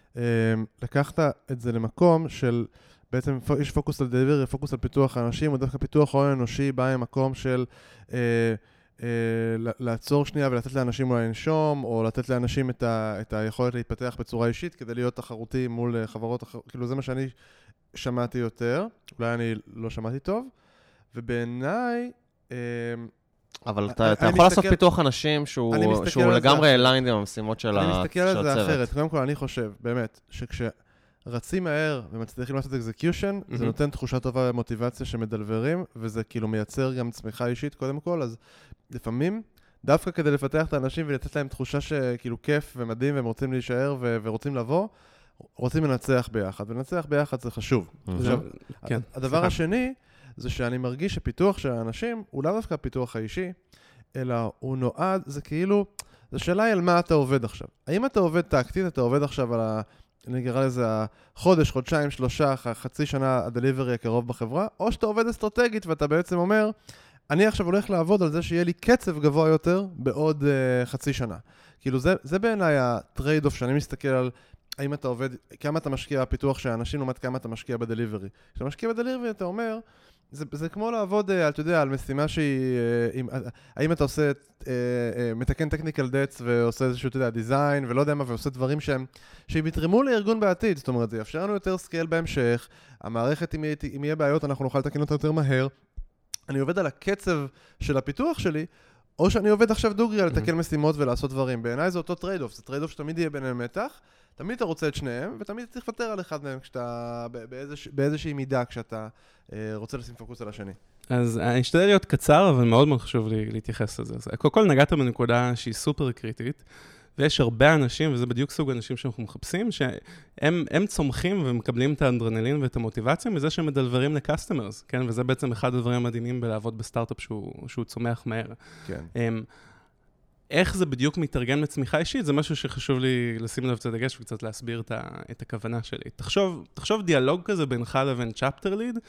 לקחת את זה למקום של... בעצם יש פוקוס על דליברי, פוקוס על פיתוח האנשים, ודווקא פיתוח ההון האנושי בא עם מקום של אה, אה, לעצור שנייה ולתת לאנשים אולי לנשום, או לתת לאנשים את, ה, את היכולת להתפתח בצורה אישית, כדי להיות תחרותי מול חברות אחרות, כאילו זה מה שאני שמעתי יותר, אולי אני לא שמעתי טוב, ובעיניי... אה, אבל אתה, אתה יכול לעשות פיתוח אנשים שהוא, שהוא לגמרי אליינד עם המשימות של הצוות. אני מסתכל על זה אחרת, קודם כל אני חושב, באמת, שכש... רצים מהר ומצליחים לעשות אקזקיושן, mm-hmm. זה נותן תחושה טובה ומוטיבציה שמדלברים, וזה כאילו מייצר גם צמיחה אישית קודם כל, אז לפעמים, דווקא כדי לפתח את האנשים ולתת להם תחושה שכאילו כיף ומדהים והם רוצים להישאר ו- ורוצים לבוא, רוצים לנצח ביחד, ולנצח ביחד זה חשוב. Mm-hmm. עכשיו, כן. הדבר השני, זה שאני מרגיש שפיתוח של האנשים, הוא לא דווקא הפיתוח האישי, אלא הוא נועד, זה כאילו, זו שאלה היא על מה אתה עובד עכשיו. האם אתה עובד טקטית, אתה עובד עכשיו על ה... אני אקרא לזה החודש, חודשיים, שלושה, חצי שנה הדליברי הקרוב בחברה, או שאתה עובד אסטרטגית ואתה בעצם אומר, אני עכשיו הולך לעבוד על זה שיהיה לי קצב גבוה יותר בעוד uh, חצי שנה. כאילו זה, זה בעיניי הטרייד אוף שאני מסתכל על האם אתה עובד, כמה אתה משקיע בפיתוח של האנשים, לעומת כמה אתה משקיע בדליברי. כשאתה משקיע בדליברי אתה אומר, זה, זה כמו לעבוד, אתה יודע, על משימה שהיא, עם, האם אתה עושה, מתקן טכניקל דאטס ועושה איזשהו, אתה יודע, דיזיין ולא יודע מה, ועושה דברים שהם, שהם יתרמו לארגון בעתיד, זאת אומרת, זה יאפשר לנו יותר סקייל בהמשך, המערכת, אם יהיה, אם יהיה בעיות, אנחנו נוכל לתקן אותה יותר מהר. אני עובד על הקצב של הפיתוח שלי, או שאני עובד עכשיו דוגרי על לתקן משימות ולעשות דברים. בעיניי זה אותו טרייד אוף, זה טרייד אוף שתמיד יהיה ביניהם מתח, תמיד אתה רוצה את שניהם, ותמיד צריך לפטר על אחד מהם כשאתה, באיזוש, באיזושהי מידה כשאתה אה, רוצה לשים פוקוס על השני. אז אני אשתדל להיות קצר, אבל מאוד מאוד חשוב לי להתייחס לזה. אז קודם כל נגעת בנקודה שהיא סופר קריטית, ויש הרבה אנשים, וזה בדיוק סוג האנשים שאנחנו מחפשים, שהם הם צומחים ומקבלים את האנדרנלין ואת המוטיבציה מזה שהם מדלברים לקסטומרס, כן? וזה בעצם אחד הדברים המדהימים בלעבוד בסטארט-אפ שהוא, שהוא צומח מהר. כן. הם, איך זה בדיוק מתארגן לצמיחה אישית, זה משהו שחשוב לי לשים לב את הדגש וקצת להסביר את, ה, את הכוונה שלי. תחשוב, תחשוב דיאלוג כזה בינך לבין צ'פטר ליד,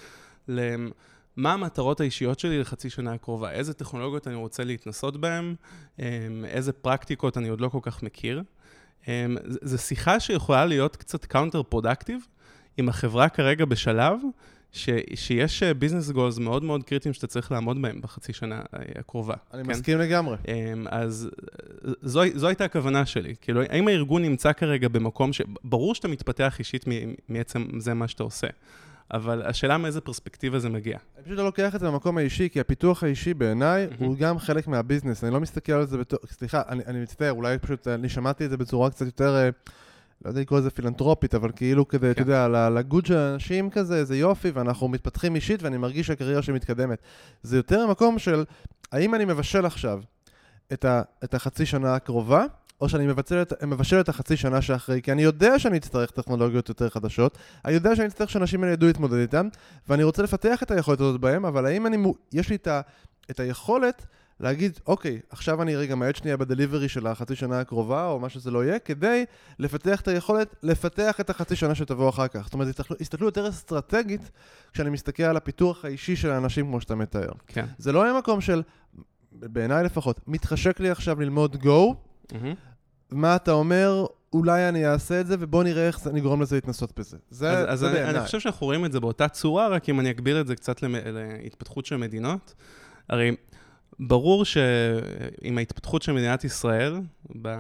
מה המטרות האישיות שלי לחצי שנה הקרובה, איזה טכנולוגיות אני רוצה להתנסות בהן, איזה פרקטיקות אני עוד לא כל כך מכיר. זו שיחה שיכולה להיות קצת קאונטר פרודקטיב, עם החברה כרגע בשלב, ש, שיש ביזנס גולס מאוד מאוד קריטיים שאתה צריך לעמוד בהם בחצי שנה הקרובה. אני כן? מסכים לגמרי. אז זו, זו הייתה הכוונה שלי. כאילו, האם הארגון נמצא כרגע במקום ש... ברור שאתה מתפתח אישית מעצם זה מה שאתה עושה. אבל השאלה מאיזה פרספקטיבה זה מגיע. אני פשוט לא לוקח את זה למקום האישי, כי הפיתוח האישי בעיניי mm-hmm. הוא גם חלק מהביזנס. אני לא מסתכל על זה בתור... סליחה, אני, אני מצטער, אולי פשוט אני שמעתי את זה בצורה קצת יותר, לא יודע לקרוא לזה פילנטרופית, אבל כאילו כדי, כן. אתה יודע, לגוד של אנשים כזה, זה יופי, ואנחנו מתפתחים אישית, ואני מרגיש שהקריירה שלי מתקדמת. זה יותר המקום של, האם אני מבשל עכשיו את, ה, את החצי שנה הקרובה, או שאני מבשל את, מבשל את החצי שנה שאחרי, כי אני יודע שאני אצטרך טכנולוגיות יותר חדשות, אני יודע שאני אצטרך שאנשים האלה ידעו להתמודד איתם, ואני רוצה לפתח את היכולת הזאת בהם, אבל האם אני, יש לי את, ה, את היכולת להגיד, אוקיי, עכשיו אני רגע מעט שנייה בדליברי של החצי שנה הקרובה, או מה שזה לא יהיה, כדי לפתח את היכולת, לפתח את החצי שנה שתבוא אחר כך. זאת אומרת, הסתכלו, הסתכלו יותר אסטרטגית, כשאני מסתכל על הפיתוח האישי של האנשים, כמו שאתה מתאר. כן. זה לא היה מקום של, בעיניי לפחות, מתחשק לי עכשיו ללמוד Go, mm-hmm. מה אתה אומר, אולי אני אעשה את זה, ובוא נראה איך אני גורם לזה להתנסות בזה. זה, אז, זה אז בעיניי. אני חושב שאנחנו רואים את זה באותה צורה, רק אם אני אגביל את זה קצת להתפתחות של מדינות. הרי ברור שעם ההתפתחות של מדינת ישראל, ב,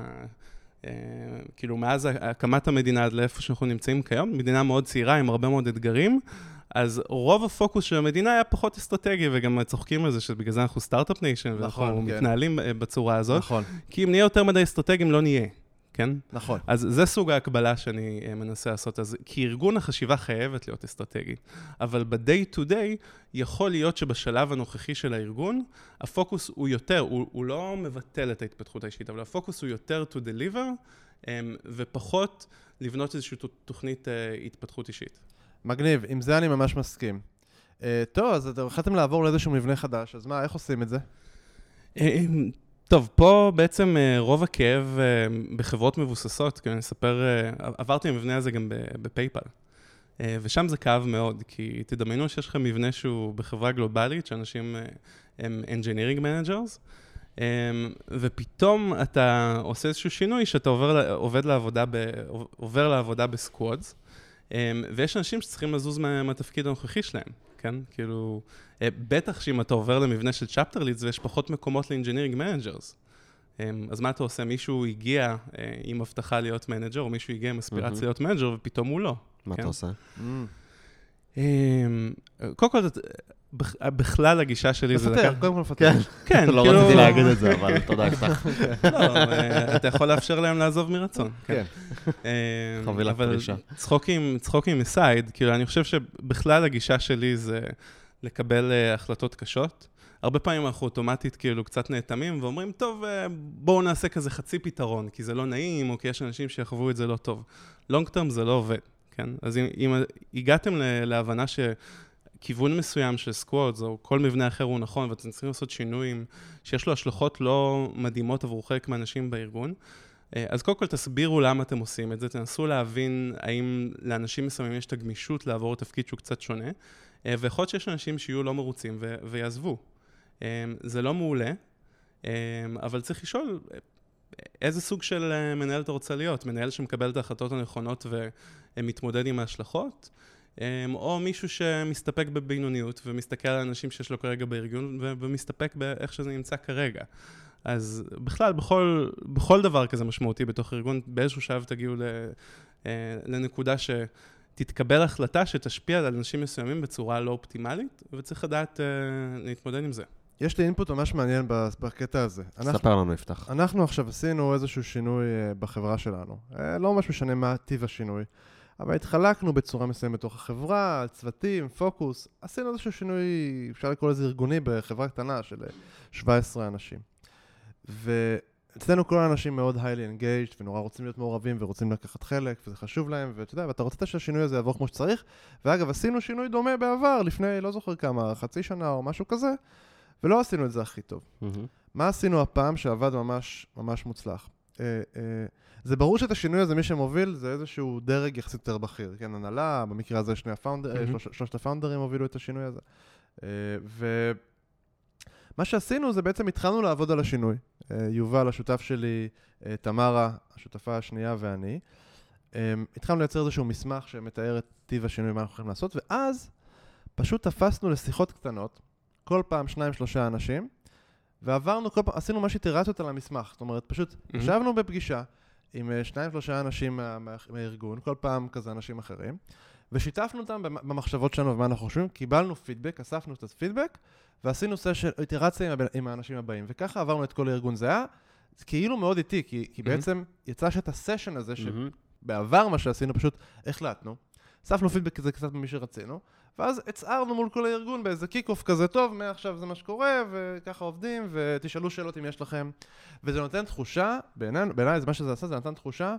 כאילו מאז הקמת המדינה עד לאיפה שאנחנו נמצאים כיום, מדינה מאוד צעירה עם הרבה מאוד אתגרים, אז רוב הפוקוס של המדינה היה פחות אסטרטגי, וגם צוחקים על זה שבגלל זה אנחנו סטארט-אפ ניישן, ואנחנו נכון, כן. מתנהלים בצורה הזאת. נכון. כי אם נהיה יותר מדי אסטרטגיים, לא נהיה. כן? נכון. אז זה סוג ההקבלה שאני מנסה לעשות. אז כארגון החשיבה חייבת להיות אסטרטגית. אבל ב-day to day יכול להיות שבשלב הנוכחי של הארגון, הפוקוס הוא יותר, הוא, הוא לא מבטל את ההתפתחות האישית, אבל הפוקוס הוא יותר to deliver, ופחות לבנות איזושהי תוכנית התפתחות אישית. מגניב, עם זה אני ממש מסכים. Uh, טוב, אז אתם החלטתם לעבור לאיזשהו מבנה חדש, אז מה, איך עושים את זה? טוב, פה בעצם רוב הכאב בחברות מבוססות, כי אני אספר, עברתי המבנה הזה גם בפייפל, ושם זה כאב מאוד, כי תדמיינו שיש לכם מבנה שהוא בחברה גלובלית, שאנשים הם engineering managers, ופתאום אתה עושה איזשהו שינוי שאתה עובר, עובד לעבודה ב, עובר לעבודה בסקוואדס, ויש אנשים שצריכים לזוז מהתפקיד הנוכחי שלהם, כן? כאילו, בטח שאם אתה עובר למבנה של צ'פטר לידס, ויש פחות מקומות ל-engineering managers. אז מה אתה עושה? מישהו הגיע עם הבטחה להיות מנג'ר, או מישהו הגיע עם אספירציה להיות מנג'ר, ופתאום הוא לא. מה אתה עושה? קודם כל, בכלל הגישה שלי זה... מפתח, קודם כל מפתח. כן, לא רציתי להגיד את זה, אבל תודה, אפתח. לא, אתה יכול לאפשר להם לעזוב מרצון. כן. חבילת פרישה. צחוקים מסייד, כאילו אני חושב שבכלל הגישה שלי זה לקבל החלטות קשות. הרבה פעמים אנחנו אוטומטית כאילו קצת נאטמים ואומרים, טוב, בואו נעשה כזה חצי פתרון, כי זה לא נעים, או כי יש אנשים שיחוו את זה לא טוב. לונג טרם זה לא עובד, כן? אז אם, אם הגעתם להבנה ש... כיוון מסוים של סקוואדס, או כל מבנה אחר הוא נכון, ואתם צריכים לעשות שינויים שיש לו השלכות לא מדהימות עבור חלק מהאנשים בארגון, אז קודם כל תסבירו למה אתם עושים את זה, תנסו להבין האם לאנשים מסוימים יש את הגמישות לעבור תפקיד שהוא קצת שונה, ויכול להיות שיש אנשים שיהיו לא מרוצים ו- ויעזבו. זה לא מעולה, אבל צריך לשאול איזה סוג של מנהל אתה רוצה להיות, מנהל שמקבל את ההחלטות הנכונות ומתמודד עם ההשלכות, או מישהו שמסתפק בבינוניות ומסתכל על אנשים שיש לו כרגע בארגון ומסתפק באיך שזה נמצא כרגע. אז בכלל, בכל, בכל דבר כזה משמעותי בתוך ארגון, באיזשהו שלב תגיעו לנקודה שתתקבל החלטה שתשפיע על אנשים מסוימים בצורה לא אופטימלית, וצריך לדעת להתמודד עם זה. יש לי אינפוט ממש מעניין בקטע הזה. ספר לנו, יפתח. אנחנו עכשיו עשינו איזשהו שינוי בחברה שלנו. לא ממש משנה מה טיב השינוי, אבל התחלקנו בצורה מסוימת בתוך החברה, צוותים, פוקוס. עשינו איזשהו שינוי, אפשר לקרוא לזה ארגוני, בחברה קטנה של שבעה עשר אנשים. ואצלנו כל האנשים מאוד highly engaged, ונורא רוצים להיות מעורבים ורוצים לקחת חלק, וזה חשוב להם, ואתה יודע, ואתה רוצה שהשינוי הזה יעבור כמו שצריך. ואגב, עשינו שינוי דומה בעבר, לפני, לא זוכר כמה, חצי שנה או משהו כזה, ולא עשינו את זה הכי טוב. Mm-hmm. מה עשינו הפעם שעבד ממש, ממש מוצלח? אה, אה, זה ברור שאת השינוי הזה, מי שמוביל, זה איזשהו דרג יחסית יותר בכיר. כן, הנהלה, במקרה הזה שני הפאונדר, mm-hmm. שלוש, שלושת הפאונדרים הובילו את השינוי הזה. אה, ו... מה שעשינו זה בעצם התחלנו לעבוד על השינוי. יובל, השותף שלי, תמרה, השותפה השנייה ואני. התחלנו לייצר איזשהו מסמך שמתאר את טיב השינוי, מה אנחנו יכולים לעשות, ואז פשוט תפסנו לשיחות קטנות, כל פעם שניים, שלושה אנשים, ועברנו כל פעם, עשינו ממש איטרציות על המסמך. זאת אומרת, פשוט ישבנו בפגישה עם שניים, שלושה אנשים מהארגון, כל פעם כזה אנשים אחרים, ושיתפנו אותם במחשבות שלנו ומה אנחנו חושבים, קיבלנו פידבק, אספנו את הפידבק, ועשינו סשן, איטרציה עם, עם האנשים הבאים, וככה עברנו את כל הארגון. זה היה כאילו מאוד איטי, כי, כי בעצם יצא שאת הסשן הזה, שבעבר מה שעשינו, פשוט החלטנו, אספנו פידבק כזה קצת ממי שרצינו, ואז הצערנו מול כל הארגון באיזה קיק-אוף כזה טוב, מעכשיו זה מה שקורה, וככה עובדים, ותשאלו שאלות אם יש לכם. וזה נותן תחושה, בעיניי, בעיניי זה מה שזה עשה, זה נותן תחושה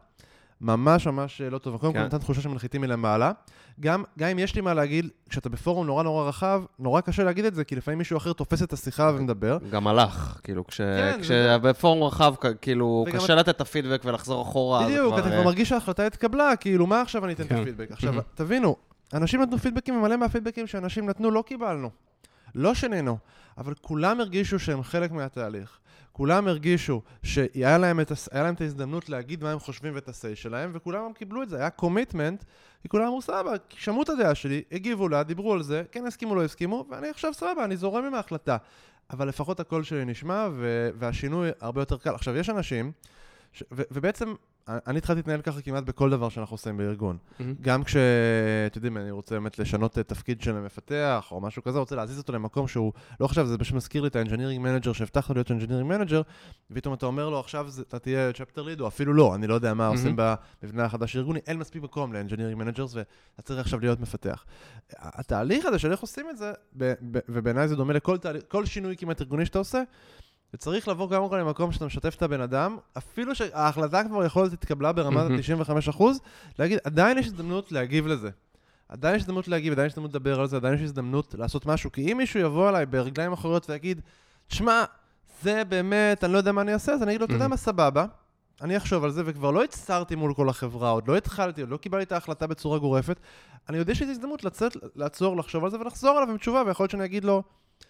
ממש ממש לא טובה. קודם כל נותן תחושה שמנחיתים מלמעלה. גם, גם אם יש לי מה להגיד, כשאתה בפורום נורא נורא רחב, נורא קשה להגיד את זה, כי לפעמים מישהו אחר תופס את השיחה ומדבר. גם הלך, כאילו, כשבפורום רחב, כאילו, קשה לתת את הפידבק ולחזור אחורה. בדיוק, אתה כבר מרגיש שההחלטה התקבלה, כאילו, מה עכשיו אני אתן את הפידבק? עכשיו, תבינו, אנשים נתנו פידבקים, ומלא מהפידבקים שאנשים נתנו לא קיבלנו. לא שנינו, אבל כולם הרגישו שהם חלק מהתהליך. כולם הרגישו שהיה להם את, היה להם את ההזדמנות להגיד מה הם חושבים ואת הסי שלהם, וכולם הם קיבלו את זה. היה קומיטמנט, כי כולם אמרו סבבה, שמעו את הדעה שלי, הגיבו לה, דיברו על זה, כן הסכימו, לא הסכימו, ואני עכשיו סבבה, אני זורם עם ההחלטה. אבל לפחות הקול שלי נשמע, והשינוי הרבה יותר קל. עכשיו, יש אנשים, ש... ו- ובעצם אני התחלתי להתנהל ככה כמעט בכל דבר שאנחנו עושים בארגון. Mm-hmm. גם כש, אתם יודעים, אני רוצה באמת לשנות את תפקיד של המפתח, או משהו כזה, רוצה להזיז אותו למקום שהוא, לא חשב, זה פשוט מזכיר לי את ה-engineering manager, שהבטחנו להיות engineering manager, ופתאום אתה אומר לו, עכשיו אתה תהיה chapter lead, או אפילו לא, אני לא יודע מה mm-hmm. עושים במבנה החדש ארגוני, אין מספיק מקום ל-engineering managers, ואתה צריך עכשיו להיות מפתח. התהליך הזה של איך עושים את זה, ובעיניי זה דומה לכל תהליך, כל שינוי כמעט ארגוני שאתה עושה, וצריך לבוא גם כאן למקום שאתה משתף את הבן אדם, אפילו שההחלטה כבר יכולת להתקבלה ברמת ה-תשעים וחמישה אחוז, להגיד, עדיין יש הזדמנות להגיב לזה. עדיין יש הזדמנות להגיב, עדיין יש הזדמנות לדבר על זה, עדיין יש הזדמנות לעשות משהו. כי אם מישהו יבוא אליי ברגליים אחוריות ויגיד, תשמע, זה באמת, אני לא יודע מה אני אעשה, אז אני אגיד לו, אתה יודע מה, סבבה, אני אחשוב על זה, וכבר לא הצרתי מול כל החברה, עוד לא התחלתי, עוד לא קיבלתי את ההחלטה בצורה גורפת. אני יודע שיש הזדמנות לצאת, לעצור, לחשוב על זה ולחזור עליו עם תשובה, ויכול להיות שאני אגיד לו,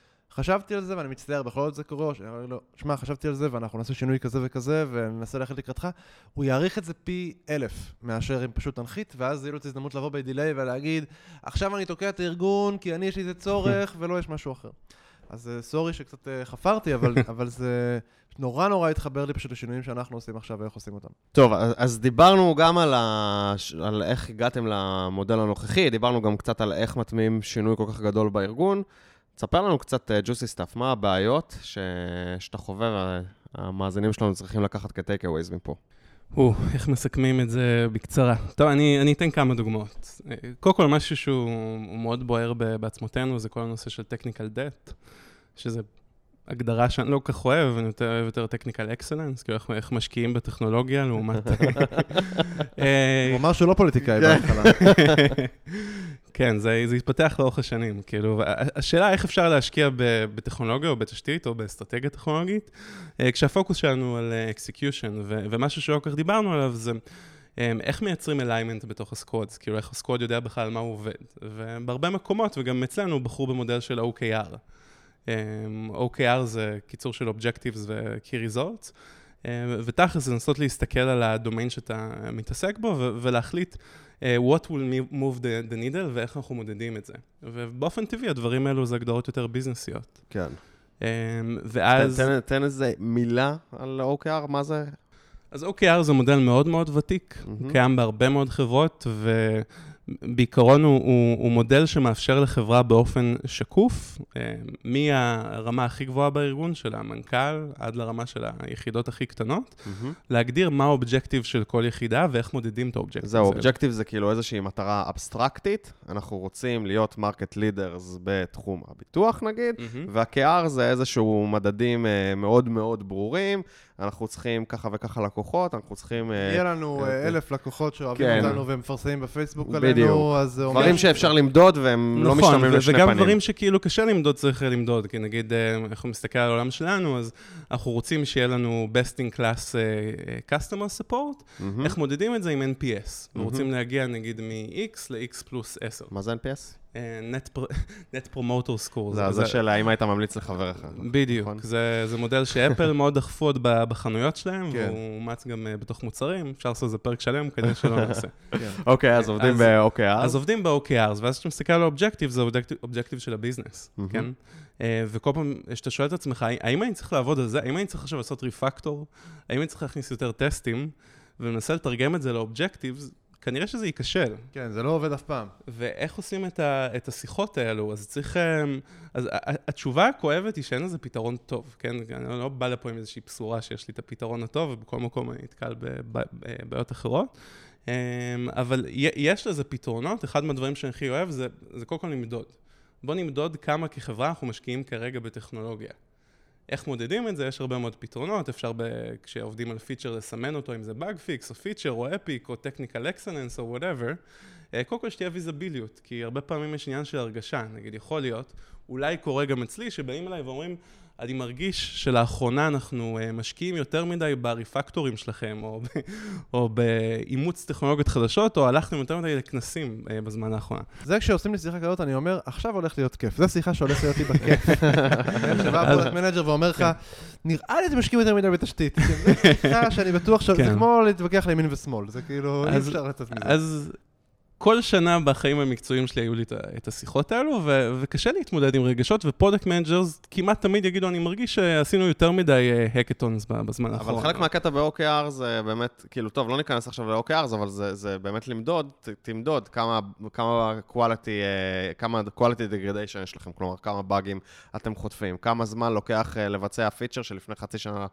חשבתי על זה ואני מצטער, בכל זאת זה קורה, שאני אומר לו, שמע, חשבתי על זה ואנחנו נעשה שינוי כזה וכזה וננסה ללכת לקראתך, הוא יעריך את זה פי אלף מאשר אם פשוט תנחית, ואז יהיה לו את ההזדמנות לבוא בדיליי ולהגיד, עכשיו אני תוקע את הארגון כי אני יש לי זה צורך ולא יש משהו אחר. אז סורי שקצת חפרתי, אבל, אבל זה נורא נורא התחבר לי פשוט לשינויים שאנחנו עושים עכשיו ואיך עושים אותם. טוב, אז דיברנו גם על, ה... על איך הגעתם למודל הנוכחי, דיברנו גם קצת על איך מטמיעים שינוי כל כך גדול בארגון. תספר לנו קצת ג'וסי סטאפ, מה הבעיות ש... שאתה חווה והמאזינים שלנו צריכים לקחת כ-take aways מפה? או, איך מסכמים את זה בקצרה. טוב, אני, אני אתן כמה דוגמאות. קודם כל, משהו שהוא מאוד בוער בעצמותינו, זה כל הנושא של technical debt, שזה הגדרה שאני לא כל כך אוהב, אני יותר אוהב יותר טכניקל אקסלנס, כאילו איך משקיעים בטכנולוגיה לעומת... הוא אמר שהוא לא פוליטיקאי בהתחלה. כן, זה, זה התפתח לאורך השנים, כאילו, השאלה איך אפשר להשקיע בטכנולוגיה או בתשתית או באסטרטגיה טכנולוגית, כשהפוקוס שלנו על execution, ו- ומשהו שלא כך דיברנו עליו זה, איך מייצרים alignment בתוך הסקוודס, כאילו איך הסקווד יודע בכלל מה הוא עובד, ובהרבה מקומות, וגם אצלנו בחרו במודל של ה-או קיי אר. או קיי אר זה קיצור של Objectives ו-Key Results, ותכלס זה לנסות להסתכל על הדומיין שאתה מתעסק בו, ו- ולהחליט what will move the, the needle ואיך אנחנו מודדים את זה. ובאופן טבעי, הדברים האלו זה הגדרות יותר ביזנסיות. כן. ואז... תן, תן איזה מילה על או קיי אר, מה זה? אז או קיי אר זה מודל מאוד מאוד ותיק, mm-hmm. הוא קיים בהרבה מאוד חברות, ובעיקרון הוא, הוא, הוא מודל שמאפשר לחברה באופן שקוף, מהרמה הכי גבוהה בארגון של המנכ"ל, עד לרמה של היחידות הכי קטנות, mm-hmm. להגדיר מה האובג'קטיב של כל יחידה, ואיך מודדים את האובג'קטיב. זהו, אובג'קטיב זה כאילו איזושהי מטרה אבסטרקטית, אנחנו רוצים להיות מרקט לידרס בתחום הביטוח נגיד, mm-hmm. וה-קיי אר זה איזשהו מדדים מאוד מאוד ברורים, אנחנו צריכים ככה וככה לקוחות, אנחנו צריכים... יהיה לנו אלף לקוחות שאוהבים אותנו ומפרסמים בפייסבוק עלינו, אז זה אומר... דברים שאפשר למדוד והם לא משתמעים לשני פנים. וגם דברים שכאילו קשה למדוד, צריך למדוד, כי נגיד, אנחנו מסתכל על העולם שלנו, אז אנחנו רוצים שיהיה לנו best in class customer support, איך מודדים את זה עם אן פי אס, ורוצים להגיע נגיד מ-X ל-X פלוס עשר. מה זה אן פי אס? Net Promoter Score. זה זה של האם היית ממליץ לחבר אחד. בדיוק. זה מודל שאפל מאוד דחפו עוד בחנויות שלהם, והוא אומץ גם בתוך מוצרים. אפשר לעשות איזה פרק שלם, כדי שלא נעשה. אוקיי, אז עובדים ב-או קיי אר. אז עובדים ב-או קיי אר, ואז כשאתה מסתכל על האובג'קטיב, זה אובג'קטיב של הביזנס, כן? וכל פעם שאתה שואל את עצמך, האם אני צריך לעבוד על זה? האם אני צריך עכשיו לעשות ריפקטור? האם אני צריך להכניס יותר טסטים? ומנסה לתרגם את זה לאובג'קטיבס, כנראה שזה ייכשל. כן, זה לא עובד אף פעם. ואיך עושים את, ה, את השיחות האלו? אז צריך... אז התשובה הכואבת היא שאין לזה פתרון טוב, כן? אני לא בא לפה עם איזושהי בשורה שיש לי את הפתרון הטוב, ובכל מקום אני נתקל בבעיות אחרות. אבל יש לזה פתרונות. אחד מהדברים שאני הכי אוהב זה, זה קודם כל למדוד. בוא נמדוד כמה כחברה אנחנו משקיעים כרגע בטכנולוגיה. איך מודדים את זה? יש הרבה מאוד פתרונות, אפשר ב... כשעובדים על פיצ'ר לסמן אותו, אם זה בג פיקס, או פיצ'ר, או אפיק, או טכניקל אקסלנס, או whatever, קודם כל שתהיה ויזביליות, כי הרבה פעמים יש עניין של הרגשה, נגיד יכול להיות, אולי קורה גם אצלי, שבאים אליי ואומרים, אני מרגיש שלאחרונה אנחנו משקיעים יותר מדי בריפקטורים שלכם, או, ב... או באימוץ טכנולוגיות חדשות, או הלכנו יותר מדי לכנסים בזמן האחרונה. זה כשעושים לי שיחה כזאת, אני אומר, עכשיו הולך להיות כיף. זו שיחה שהולך להיות לי בכיף. שבא פרודקט מנג'ר ואומר לך, נראה לי אתם משקיעים יותר מדי בתשתית. זו שיחה שאני בטוח שזה כמו להתווכח לימין ושמאל. זה כאילו, אי אפשר לצאת מזה. אז כל שנה בחיים המקצועיים שלי היו לי את השיחות האלו, וקשה להתמודד עם רגשות, ופרודקט מנג'רס כמעט תמיד יגידו, אני מרגיש שעשינו יותר מדי הקטונס בזמן האחרון. אבל חלק מהקטע ב-או קיי אר זה באמת, כאילו, טוב, לא ניכנס עכשיו ל-או קיי אר, אבל זה באמת למדוד, תמדוד כמה quality, כמה quality degradation יש לכם, כלומר, כמה באגים אתם חוטפים, כמה זמן לוקח לבצע פיצ'ר שלפני חצי שנה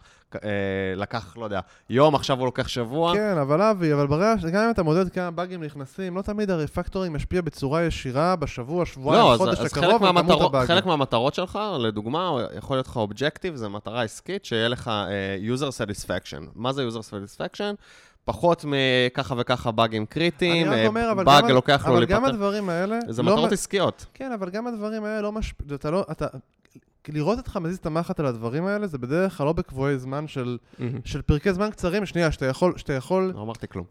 לקח, לא יודע, יום, עכשיו הוא לוקח שבוע. כן, אבל אבי, אבל ברגע, גם אם אתה מודד כמה באגים נכנסים, לא תמיד הריפקטורינג משפיע בצורה ישירה בשבוע, שבועיים, לא, חודש אז, הקרוב, אז חלק, מהמטר... חלק מהמטרות שלך, לדוגמה, יכול להיות לך אובג'קטיב, זה מטרה עסקית, שיהיה לך uh, user satisfaction. מה זה user satisfaction? פחות מככה וככה באגים קריטיים, באג לוקח לו להיפטר. אבל גם הדברים האלה... זה לא מטרות מ... עסקיות. כן, אבל גם הדברים האלה לא משפיע... אתה לא... אתה... לראות אותך מזיז את המחט על הדברים האלה, זה בדרך כלל לא בקבועי זמן של, של פרקי זמן קצרים, שנייה, שאתה יכול, שאתה יכול... לא אמרתי כלום.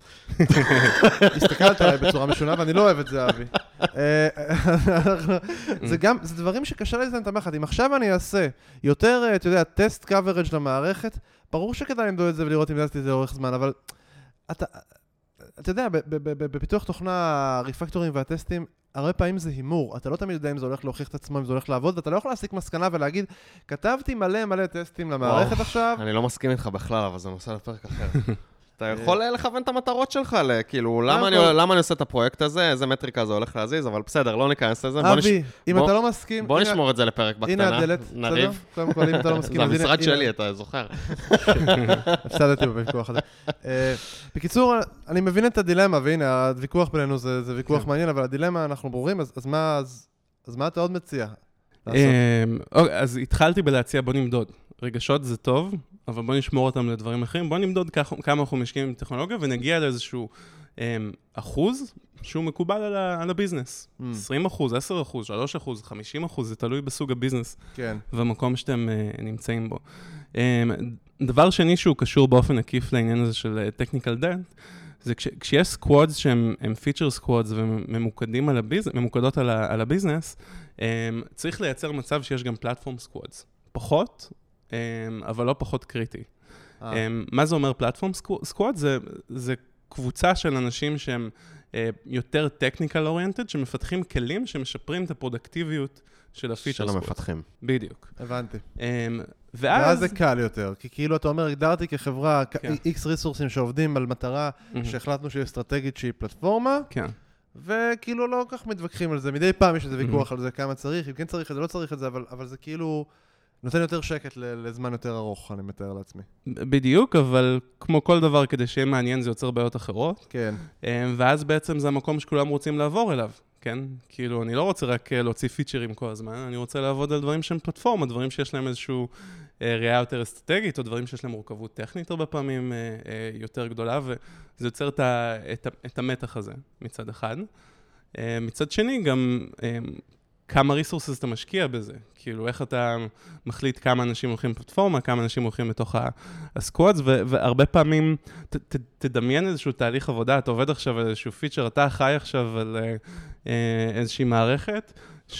הסתכלת עליי בצורה משונה, ואני לא אוהב את זה, אבי. זה גם, זה דברים שקשה להזיז את המחט. אם עכשיו אני אעשה יותר, אתה יודע, טסט קאברג' למערכת, ברור שכדאי למדוד את זה ולראות אם זזתי את זה לאורך זמן, אבל אתה, אתה יודע, בפיתוח תוכנה, הריפקטורים והטסטים, הרבה פעמים זה הימור, אתה לא תמיד יודע אם זה הולך להוכיח את עצמו, אם זה הולך לעבוד, ואתה לא יכול להסיק מסקנה ולהגיד, כתבתי מלא מלא טסטים למערכת עכשיו. אני לא מסכים איתך בכלל, אבל זה נושא לפרק אחר. אתה יכול לכוון את המטרות שלך, כאילו, למה אני עושה את הפרויקט הזה, איזה מטריקה זה הולך להזיז, אבל בסדר, לא ניכנס לזה. אבי, אם אתה לא מסכים... בוא נשמור את זה לפרק בקטנה. הנה הדלת, בסדר? קודם כל, אם אתה לא מסכים... זה המשרד שלי, אתה זוכר. הפסדתי בוויכוח הזה. בקיצור, אני מבין את הדילמה, והנה, הוויכוח בינינו זה ויכוח מעניין, אבל הדילמה אנחנו ברורים, אז מה אתה עוד מציע? לעשות? אז התחלתי בלהציע בוא נמדוד. רגשות זה טוב, אבל בוא נשמור אותם לדברים אחרים. בוא נמדוד כמה אנחנו משקיעים בטכנולוגיה, ונגיע לאיזשהו אחוז שהוא מקובל על, ה, על הביזנס. Mm. עשרים אחוז, עשרה אחוז, שלושה אחוז, חמישים אחוז, זה תלוי בסוג הביזנס. כן. והמקום שאתם uh, נמצאים בו. Um, דבר שני שהוא קשור באופן עקיף לעניין הזה של technical debt, זה כש, כשיש סקוואדס שהם feature סקוואדס וממוקדים על הביזנס, ממוקדות על, ה, על הביזנס, um, צריך לייצר מצב שיש גם פלטפורם סקוואדס. פחות, um, אבל לא פחות קריטי. Ah. Um, מה זה אומר פלטפורם סקוואדס? זה, זה קבוצה של אנשים שהם יותר technical oriented, שמפתחים כלים שמשפרים את הפרודקטיביות של הפיצ'ר סקוואד. של המפתחים. בדיוק. הבנתי. ואז... ואז זה קל יותר, כי כאילו אתה אומר, הגדרתי כחברה X ריסורסים שעובדים על מטרה שהחלטנו שהיא אסטרטגית שהיא פלטפורמה, וכאילו לא כל כך מתווכחים על זה. מדי פעם יש איזה ויכוח על זה, כמה צריך, אם כן צריך את זה, לא צריך את זה, אבל זה כאילו... נותן יותר שקט לזמן יותר ארוך, אני מתאר לעצמי. בדיוק, אבל כמו כל דבר, כדי שיהיה מעניין, זה יוצר בעיות אחרות. כן. ואז בעצם זה המקום שכולם רוצים לעבור אליו, כן? כאילו, אני לא רוצה רק להוציא פיצ'רים כל הזמן, אני רוצה לעבוד על דברים שהם פלטפורמה, דברים שיש להם איזשהו ראייה יותר אסטרטגית, או דברים שיש להם מורכבות טכנית הרבה פעמים יותר גדולה, וזה יוצר את המתח הזה מצד אחד. מצד שני, גם... כמה ריסורסס אתה משקיע בזה, כאילו איך אתה מחליט כמה אנשים הולכים בפלטפורמה, כמה אנשים הולכים בתוך הסקוואדס, והרבה פעמים תדמיין איזשהו תהליך עבודה, אתה עובד עכשיו על איזשהו פיצ'ר, אתה חי עכשיו על איזושהי מערכת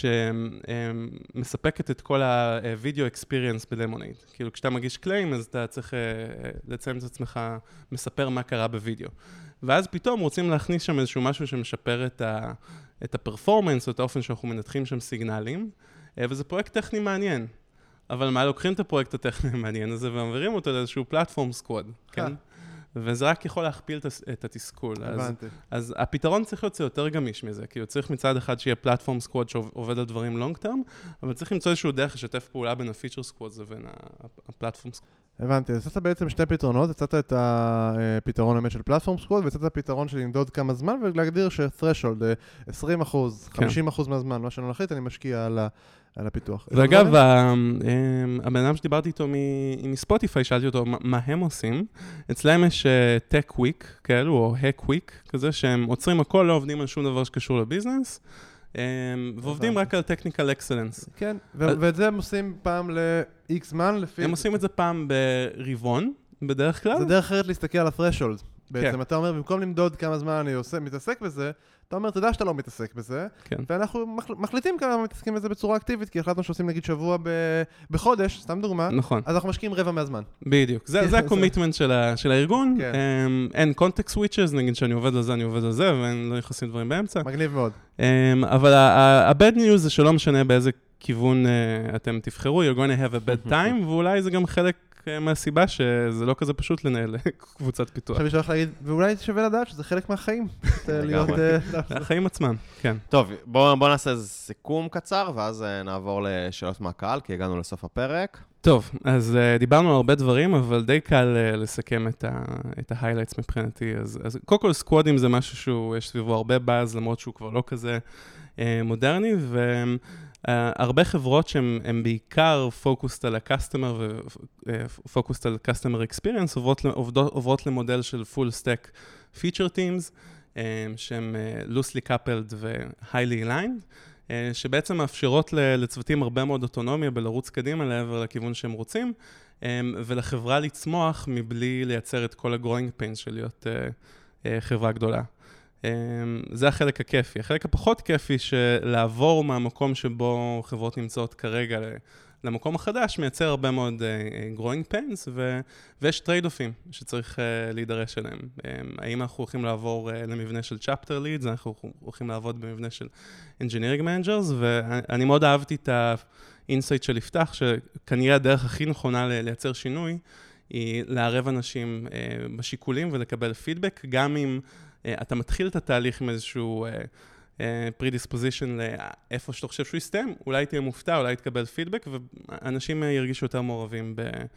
שמספקת את כל הווידאו אקספיריאנס בלמונייד. כאילו כשאתה מגיש קליים, אז אתה צריך לציין את עצמך, מספר מה קרה בווידאו. ואז פתאום רוצים להכניס שם איזשהו משהו שמשפר את ה... את הפרפורמנס, או את האופן שאנחנו מנתחים שם סיגנלים, וזה פרויקט טכני מעניין. אבל מה, לוקחים את הפרויקט הטכני המעניין הזה, ומעבירים אותו לאיזשהו פלטפורם סקוואד, כן? וזה רק יכול להכפיל את התסכול. הבנתי. אז הפתרון צריך להיות יותר גמיש מזה, כי הוא צריך מצד אחד שיהיה פלטפורם סקוואד שעובד על דברים לונג טרם, אבל צריך למצוא איזשהו דרך לשתף פעולה בין הפיצ'ר סקוואד לבין הפלטפורם סקוואד. הבנתי, אז הצעת בעצם שתי פתרונות, הצעת את הפתרון האמת של פלטפורם סקוואד, והצעת פתרון של למדוד כמה זמן, ולהגדיר ש-threshold, עשרים אחוז, חמישים אחוז מהזמן, מה שאני נחליט, אני משקיע על הפיתוח. ואגב, הבן אדם שדיברתי איתו מספוטיפיי, שאלתי אותו מה הם עושים, אצלהם יש Tech Week, כאלו, או Hack Week, כזה שהם עוצרים הכל, לא עובדים על שום דבר שקשור לביזנס, ועובדים רק על technical excellence. כן, ואת זה הם עושים פעם ל-X זמן לפי... הם עושים את זה פעם ברבעון, בדרך כלל. זה דרך אחרת להסתכל על ה-threshold. בעצם אתה אומר, במקום למדוד כמה זמן אני עושה, מתעסק בזה, אתה אומר, תדע שאתה לא מתעסק בזה, ואנחנו מחליטים כמה מתעסקים בזה בצורה אקטיבית, כי החלטנו שעושים נגיד שבוע בחודש, סתם דוגמה, אז אנחנו משקיעים רבע מהזמן. בדיוק, זה הקומיטמנט של הארגון, אין context switches, נגיד שאני עובד על זה, אני עובד על זה, ואין לא נכנסים דברים באמצע. מגניב מאוד. אבל ה-bad news זה שלא משנה באיזה כיוון אתם תבחרו, you're going to have a bad time, ואולי זה גם חלק מהסיבה שזה לא כזה פשוט לנהל קבוצת פיתוח. עכשיו יש לך להגיד, ואולי שווה לדעת שזה חלק מהחיים. החיים עצמם, כן. טוב, בואו נעשה איזה סיכום קצר, ואז נעבור לשאלות מהקהל, כי הגענו לסוף הפרק. טוב, אז דיברנו על הרבה דברים, אבל די קל לסכם את ההיילייטס מבחינתי. אז קודם כל סקוואדים זה משהו שיש סביבו הרבה באז, למרות שהוא כבר לא כזה מודרני, ו... Uh, הרבה חברות שהן בעיקר פוקוסט על ה-customer ופוקוסט על customer experience עוברות, עובדות, עוברות למודל של full stack feature teams um, שהן uh, loosely coupled ו-highly aligned, uh, שבעצם מאפשרות לצוותים הרבה מאוד אוטונומיה בלרוץ קדימה לעבר לכיוון שהם רוצים, um, ולחברה לצמוח מבלי לייצר את כל ה-growing pains של להיות uh, uh, חברה גדולה. זה החלק הכיפי. החלק הפחות כיפי שלעבור מהמקום שבו חברות נמצאות כרגע למקום החדש, מייצר הרבה מאוד growing pains, ויש טרייד-אופים שצריך להידרש אליהם. האם אנחנו הולכים לעבור למבנה של chapter leads, אנחנו הולכים לעבוד במבנה של engineering managers, ואני מאוד אהבתי את האינסייט של יפתח, שכנראה הדרך הכי נכונה לייצר שינוי, היא לערב אנשים בשיקולים ולקבל פידבק, גם אם אתה מתחיל את התהליך עם איזשהו predisposition לאיפה שאתה חושב שהוא יסתיים, אולי תהיה מופתע, אולי תקבל פידבק, ואנשים ירגישו יותר מעורבים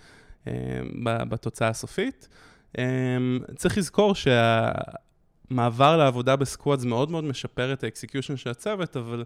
בתוצאה הסופית. צריך לזכור שהמעבר לעבודה בסקוואדס מאוד מאוד משפר את האקסקיושן של הצוות, אבל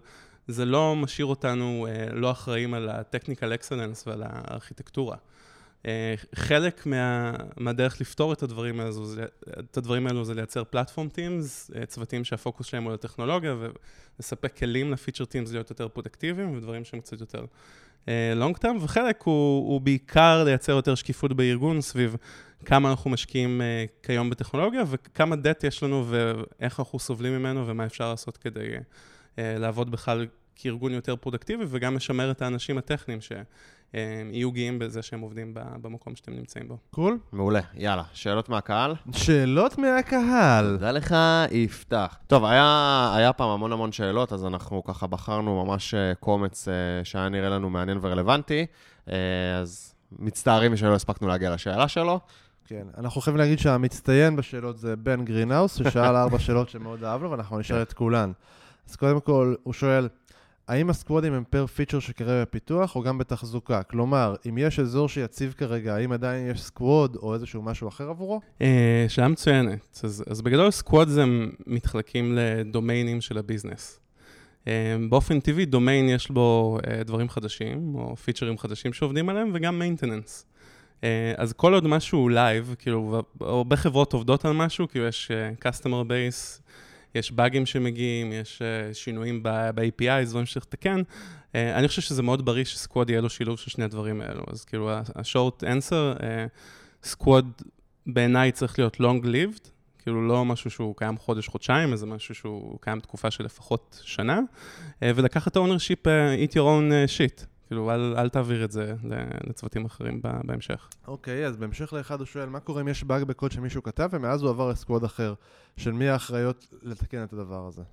זה לא משאיר אותנו לא אחראים על ה-technical excellence ועל הארכיטקטורה. חלק מה, מהדרך לפתור את הדברים האלו, את הדברים האלו זה לייצר פלטפורם טימס, צוותים שהפוקוס שלהם הוא לטכנולוגיה, ולספק כלים לפיצ'ר טימס להיות יותר פרודקטיביים, ודברים שהם קצת יותר לונג טרם, וחלק הוא, הוא בעיקר לייצר יותר שקיפות בארגון סביב כמה אנחנו משקיעים כיום בטכנולוגיה, וכמה דט יש לנו, ואיך אנחנו סובלים ממנו, ומה אפשר לעשות כדי לעבוד בכלל כארגון יותר פרודקטיבי, וגם משמר את האנשים הטכניים ש... יהיו גאים בזה שהם עובדים במקום שאתם נמצאים בו. קול? מעולה. יאללה, שאלות מהקהל? שאלות מהקהל. תודה לך, יפתח. טוב, היה, היה פעם המון המון שאלות, אז אנחנו ככה בחרנו ממש קומץ שהיה נראה לנו מעניין ורלוונטי, אז מצטערים שלא הספקנו להגיע לשאלה שלו. כן, אנחנו חייבים להגיד שהמצטיין בשאלות זה בן גרינהאוס, ששאל ארבע שאלות שמאוד אהב לו, ואנחנו נשאל את כולן. אז קודם כל, הוא שואל, האם הסקוואדים הם פר פיצ'ר שכרגע בפיתוח או גם בתחזוקה? כלומר, אם יש אזור שיציב כרגע, האם עדיין יש סקוואד או איזשהו משהו אחר עבורו? שאלה מצוינת. אז, אז בגדול סקוואדס הם מתחלקים לדומיינים של הביזנס. באופן טבעי, דומיין יש בו דברים חדשים או פיצ'רים חדשים שעובדים עליהם וגם מיינטננס. אז כל עוד משהו הוא לייב, כאילו, הרבה חברות עובדות על משהו, כאילו יש customer base, יש באגים שמגיעים, יש שינויים ב-איי פי איי, דברים שצריך לתקן. אני חושב שזה מאוד בריא שסקוואד יהיה לו שילוב של שני הדברים האלו. אז כאילו, ה-short answer, סקוואד בעיניי צריך להיות long-lived, כאילו לא משהו שהוא קיים חודש, חודשיים, איזה משהו שהוא קיים תקופה של לפחות שנה, ולקחת את ה-ownership, eat your own shit. כאילו, אל, אל תעביר את זה לצוותים אחרים בהמשך. אוקיי, אז בהמשך לאחד הוא שואל, מה קורה אם יש באג בקוד שמישהו כתב, ומאז הוא עבר לסקוואד אחר, של מי האחריות לתקן את הדבר הזה?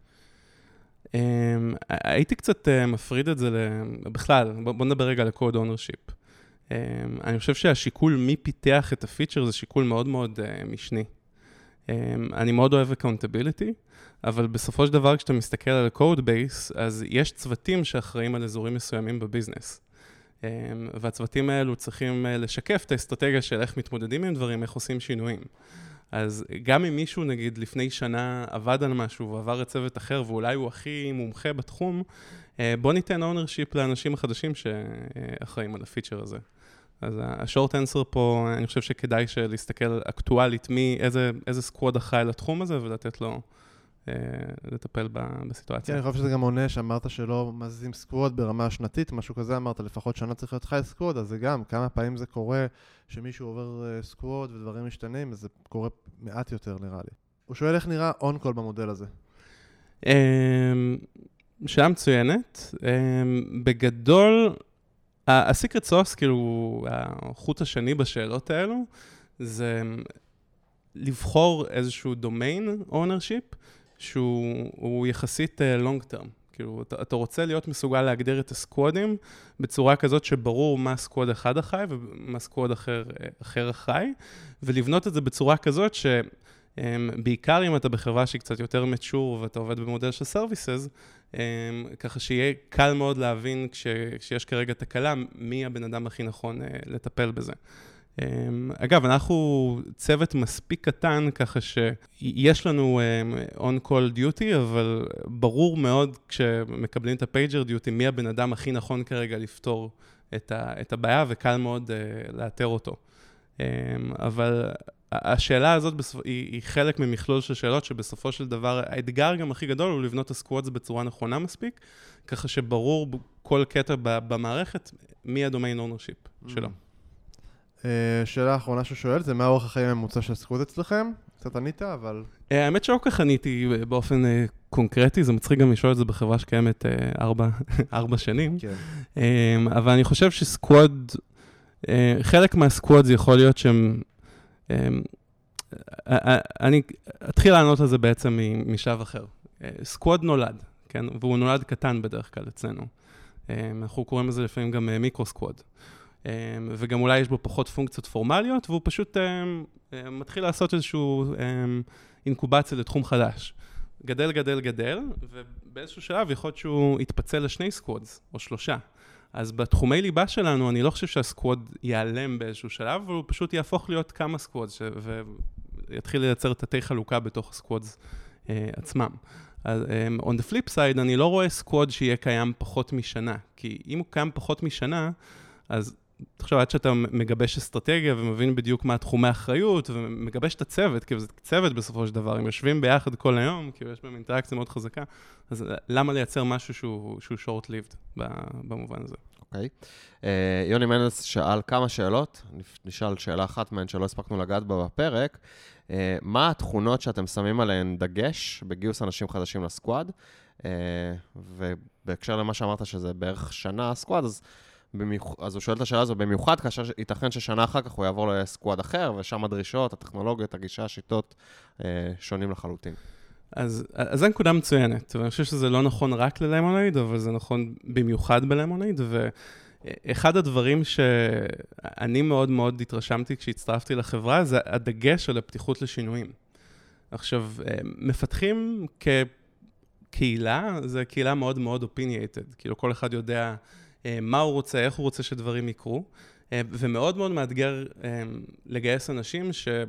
הייתי קצת מפריד את זה בכלל, בוא נדבר רגע לקוד אונרשיפ. אני חושב שהשיקול מי פיתח את הפיצ'ר זה שיקול מאוד מאוד משני. אני מאוד אוהב accountability, אבל בסופו של דבר כשאתה מסתכל על ה-code base, אז יש צוותים שאחראים על אזורים מסוימים בביזנס. והצוותים האלו צריכים לשקף את האסטרטגיה של איך מתמודדים עם דברים, איך עושים שינויים. אז גם אם מישהו, נגיד, לפני שנה עבד על משהו ועבר את צוות אחר, ואולי הוא הכי מומחה בתחום, בוא ניתן ownership לאנשים החדשים שאחראים על הפיצ'ר הזה. אז השורט אנסר פה, אני חושב שכדאי להסתכל אקטואלית מי, איזה, איזה סקוואד אחראי לתחום הזה, ולתת לו אה, לטפל בסיטואציה. כן, אני חושב שזה גם עונה שאמרת שלא מזיזים סקוואד ברמה השנתית, משהו כזה אמרת, לפחות שנה צריך להיות חי סקוואד, אז זה גם, כמה פעמים זה קורה שמישהו עובר סקוואד ודברים משתנים, אז זה קורה מעט יותר נראה לי. הוא שואל איך נראה און-קול במודל הזה. שאלה מצוינת. בגדול, הסיקרט סוס, כאילו, החוט השני בשאלות האלו, זה לבחור איזשהו דומיין אונרשיפ, שהוא יחסית לונג טרם. כאילו, אתה, אתה רוצה להיות מסוגל להגדיר את הסקוואדים בצורה כזאת שברור מה סקוואד אחד אחראי ומה סקוואד אחר, אחר אחראי, ולבנות את זה בצורה כזאת שבעיקר אם אתה בחברה שהיא קצת יותר mature ואתה עובד במודל של services, ככה שיהיה קל מאוד להבין כש, כשיש כרגע תקלה, מי הבן אדם הכי נכון לטפל בזה. אגב, אנחנו צוות מספיק קטן, ככה שיש לנו on-call duty, אבל ברור מאוד כשמקבלים את ה-pager duty, מי הבן אדם הכי נכון כרגע לפתור את, ה, את הבעיה, וקל מאוד לאתר אותו. אבל השאלה הזאת בסופ... היא, היא חלק ממכלול של שאלות, שבסופו של דבר, האתגר גם הכי גדול הוא לבנות את הסקוואדס בצורה נכונה מספיק, ככה שברור כל קטע במערכת, מי הדומיין אונרשיפ שלו. שאלה האחרונה ששואל, זה מה אורך החיים הממוצע של סקוואד אצלכם? קצת ענית, אבל... האמת שלא כך עניתי באופן קונקרטי, זה מצחיק גם לשאול את זה בחברה שקיימת ארבע, ארבע שנים. כן. אבל אני חושב שסקוואד, חלק מהסקוואד זה יכול להיות שהם... אני אתחיל לענות על זה בעצם משלב אחר. סקוואד נולד, כן? והוא נולד קטן בדרך כלל אצלנו. אנחנו קוראים לזה לפעמים גם מיקרו סקוואד. וגם אולי יש בו פחות פונקציות פורמליות, והוא פשוט מתחיל לעשות איזשהו אינקובציה לתחום חדש. גדל, גדל, גדל, ובאיזשהו שלב יכול להיות שהוא יתפצל לשני סקוואדס, או שלושה. אז בתחומי ליבה שלנו, אני לא חושב שהסקוואד ייעלם באיזשהו שלב, אבל הוא פשוט יהפוך להיות כמה סקוואדס, ויתחיל לייצר תתי חלוקה בתוך הסקוואדס עצמם. אז, um, on the flip side, אני לא רואה סקוואד שיהיה קיים פחות משנה, כי אם הוא קיים פחות משנה, אז תחשוב, עד שאתה מגבש אסטרטגיה ומבין בדיוק מה תחומי האחריות, ומגבש את הצוות, כי זה צוות בסופו של דבר, הם יושבים ביחד כל היום, כי יש בהם אינטראקציה מאוד חזקה, אז למה לייצר משהו שהוא, שהוא short-lived במובן הזה? אוקיי. Okay. Uh, יוני מנדס שאל כמה שאלות, נשאל שאלה אחת מהן שלא הספקנו לגעת בה בפרק, uh, מה התכונות שאתם שמים עליהן דגש בגיוס אנשים חדשים לסקואד, uh, ובהקשר למה שאמרת שזה בערך שנה סקואד, אז במיוח... אז הוא שואל את השאלה הזו במיוחד, כאשר ייתכן ששנה אחר כך הוא יעבור לסקואד אחר, ושם הדרישות, הטכנולוגיות, הגישה, השיטות אה, שונים לחלוטין. אז, אז זה נקודה מצוינת, ואני חושב שזה לא נכון רק ללמונייד, אבל זה נכון במיוחד בלמונייד, ואחד הדברים שאני מאוד מאוד התרשמתי כשהצטרפתי לחברה, זה הדגש על הפתיחות לשינויים. עכשיו, מפתחים כקהילה, זה קהילה מאוד מאוד opinionated, כאילו כל אחד יודע מה הוא רוצה, איך הוא רוצה שדברים יקרו, ומאוד מאוד מאתגר לגייס אנשים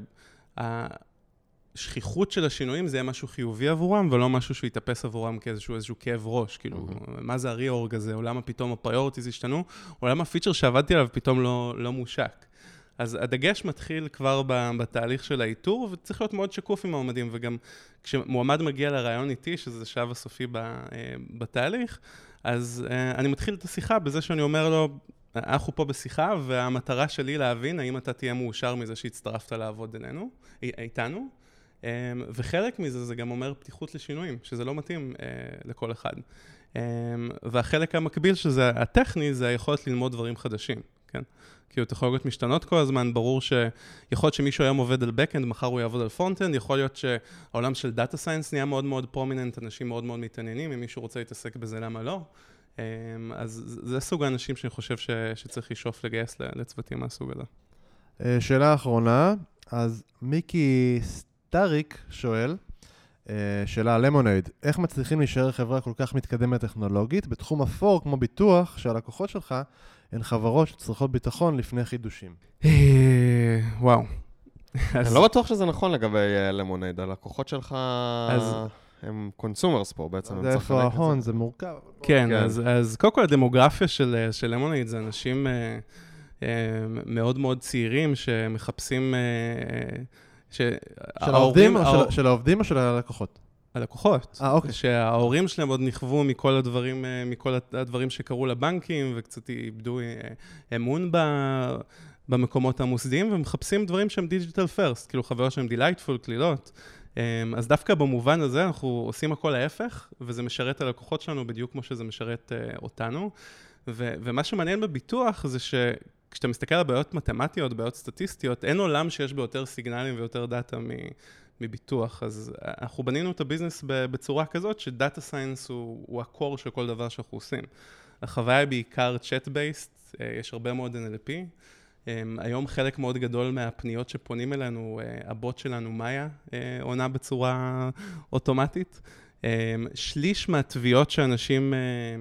שהשכיחות של השינויים זה יהיה משהו חיובי עבורם, ולא משהו שהוא יתאפס עבורם כאיזשהו איזשהו כאב ראש, כאילו, מה זה הרי-אורג הזה, או למה פתאום הפריוריטיז השתנו, או למה הפיצ'ר שעבדתי עליו פתאום לא, לא מושק. אז הדגש מתחיל כבר בתהליך של האיתור, וצריך להיות מאוד שקוף עם העומדים, וגם כשמועמד מגיע לרעיון איתי, שזה שלב הסופי בתהליך, אז uh, אני מתחיל את השיחה בזה שאני אומר לו, אנחנו פה בשיחה, והמטרה שלי להבין האם אתה תהיה מאושר מזה שהצטרפת לעבוד אלינו, איתנו, um, וחלק מזה זה גם אומר פתיחות לשינויים, שזה לא מתאים uh, לכל אחד. Um, והחלק המקביל שזה הטכני, זה היכולת ללמוד דברים חדשים, כן? כי הטכנולוגיות משתנות כל הזמן, ברור שיכול להיות שמישהו היום עובד על בקאנד, מחר הוא יעבוד על פרונט-אנד, יכול להיות שהעולם של דאטה סיינס נהיה מאוד מאוד פרומיננט, אנשים מאוד מאוד מתעניינים, אם מישהו רוצה להתעסק בזה, למה לא? אז זה סוג האנשים שאני חושב ש, שצריך לשאוף לגייס לצוותים מהסוג הזה. שאלה אחרונה, אז מיקי סטאריק שואל, שאלה על למונייד, איך מצליחים להישאר חברה כל כך מתקדמת טכנולוגית בתחום אפור כמו ביטוח שהלקוחות שלך הן חברות שצריכות ביטחון לפני חידושים? וואו. אני לא בטוח שזה נכון לגבי למונייד, הלקוחות שלך הם קונסומרס פה בעצם. זה איפה ההון, זה מורכב. כן, אז קודם כל הדמוגרפיה של למונייד זה אנשים מאוד מאוד צעירים שמחפשים של העובדים או של הלקוחות? הלקוחות. אה, אוקיי. שההורים שלהם עוד נכוו מכל הדברים, מכל הדברים שקרו לבנקים, וקצת איבדו אמון במקומות המוסדיים, ומחפשים דברים שהם דיג'יטל פרסט, כאילו חוויות שהם דילייטפול, כלילות. אז דווקא במובן הזה אנחנו עושים הכל ההפך, וזה משרת את הלקוחות שלנו בדיוק כמו שזה משרת אותנו. ומה שמעניין בביטוח זה ש... כשאתה מסתכל על בעיות מתמטיות, בעיות סטטיסטיות, אין עולם שיש בו יותר סיגנלים ויותר דאטה מביטוח. אז אנחנו בנינו את הביזנס בצורה כזאת, שדאטה סיינס הוא, הוא הקור של כל דבר שאנחנו עושים. החוויה היא בעיקר צ'אט-בייסט, יש הרבה מאוד אן אל פי. היום חלק מאוד גדול מהפניות שפונים אלינו, הבוט שלנו מאיה, עונה בצורה אוטומטית. שליש מהתביעות שאנשים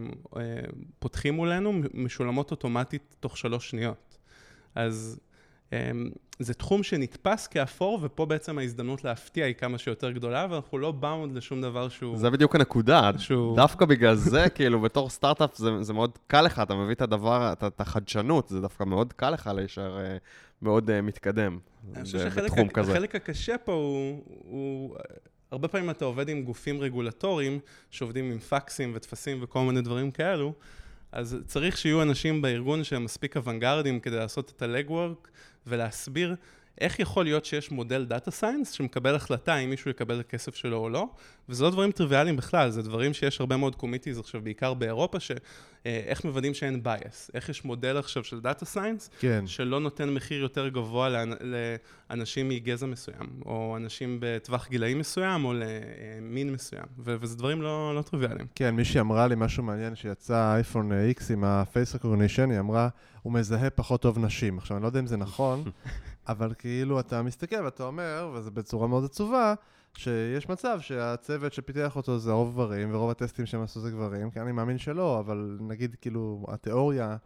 פותחים מולנו משולמות אוטומטית תוך שלוש שניות. אז זה תחום שנתפס כאפור, ופה בעצם ההזדמנות להפתיע היא כמה שיותר גדולה, ואנחנו לא באונד לשום דבר שהוא... זה בדיוק הנקודה. שהוא... דווקא בגלל זה, כאילו, בתור סטארט-אפ זה, זה מאוד קל לך, אתה מביא את הדבר, את החדשנות, זה דווקא מאוד קל לך להישאר מאוד מתקדם בתחום כזה. החלק הקשה פה הוא... הוא... הרבה פעמים אתה עובד עם גופים רגולטוריים, שעובדים עם פקסים וטפסים וכל מיני דברים כאלו, אז צריך שיהיו אנשים בארגון שהם מספיק אוונגרדים כדי לעשות את הלגוורק, ולהסביר איך יכול להיות שיש מודל דאטה סיינס שמקבל החלטה אם מישהו יקבל את הכסף שלו או לא, וזה לא דברים טריוויאליים בכלל, זה דברים שיש הרבה מאוד קומיטיז עכשיו, בעיקר באירופה, שאיך מוודאים שאין בייס, איך יש מודל עכשיו של דאטה סיינס, כן. שלא נותן מחיר יותר גבוה לאנשים מגזע מסוים, או אנשים בטווח גילאים מסוים, או למין מסוים, וזה דברים לא, לא טריוויאליים. כן, מישהי אמרה לי משהו מעניין, שיצא אייפון X עם ה-Face Recognition, היא אמרה, הוא מזהה פחות טוב נשים. עכשיו, אני לא יודע אם זה נכון, אבל כאילו אתה מסתכל ואתה אומר, וזה בצורה מאוד עצובה, שיש מצב שהצוות שפיתח אותו זה רוב גברים, ורוב הטסטים שהם עשו זה גברים, כי אני מאמין שלא, אבל נגיד כאילו התיאוריה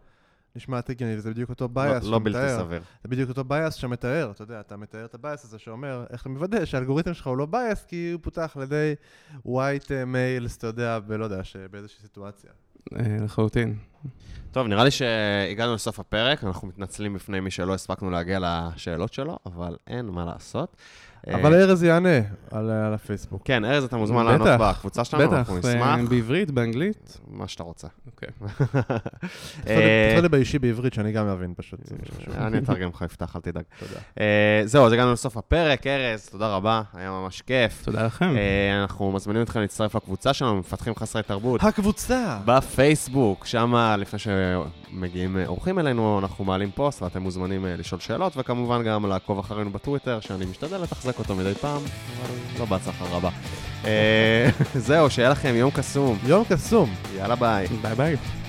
נשמע הגיוני, וזה בדיוק אותו בייס לא בלתי סביר. זה בדיוק אותו בייס שמתאר, אתה יודע, אתה מתאר את הבייס הזה שאומר, איך אתה מוודא שהאלגוריתם שלך הוא לא בייס, כי הוא פותח על ידי white males, אתה יודע, ולא יודע, באיזושהי סיטואציה. לחלוטין. טוב, נראה לי שהגענו לסוף הפרק, אנחנו מתנצלים בפני מי שלא הספקנו להגיע לשאלות שלו, אבל אין מה לעשות. אבל ארז יענה על הפייסבוק. כן, ארז, אתה מוזמן לענות בקבוצה שלנו, אנחנו נשמח. בטח, בעברית, באנגלית? מה שאתה רוצה. אוקיי. תתחיל לי באישי בעברית, שאני גם מבין פשוט. אני אתרגם לך, יפתח, אל תדאג. תודה. זהו, אז הגענו לסוף הפרק. ארז, תודה רבה, היה ממש כיף. תודה לכם. אנחנו מזמינים אתכם להצטרף לקבוצה שלנו, מפתחים חסרי תרבות. הקבוצה! בפייסבוק, שם לפני שמגיעים אורחים אלינו, אנחנו מעלים פוסט, ואתם מוזמנים לשאול שאלות, וכמובן גם לעקוב אחרינו בטוויטר, שאני משתדל לתחזק אותו מדי פעם, אבל לא בהצלחה רבה. זהו, שיהיה לכם יום קסום. יום קסום. יאללה ביי. ביי ביי.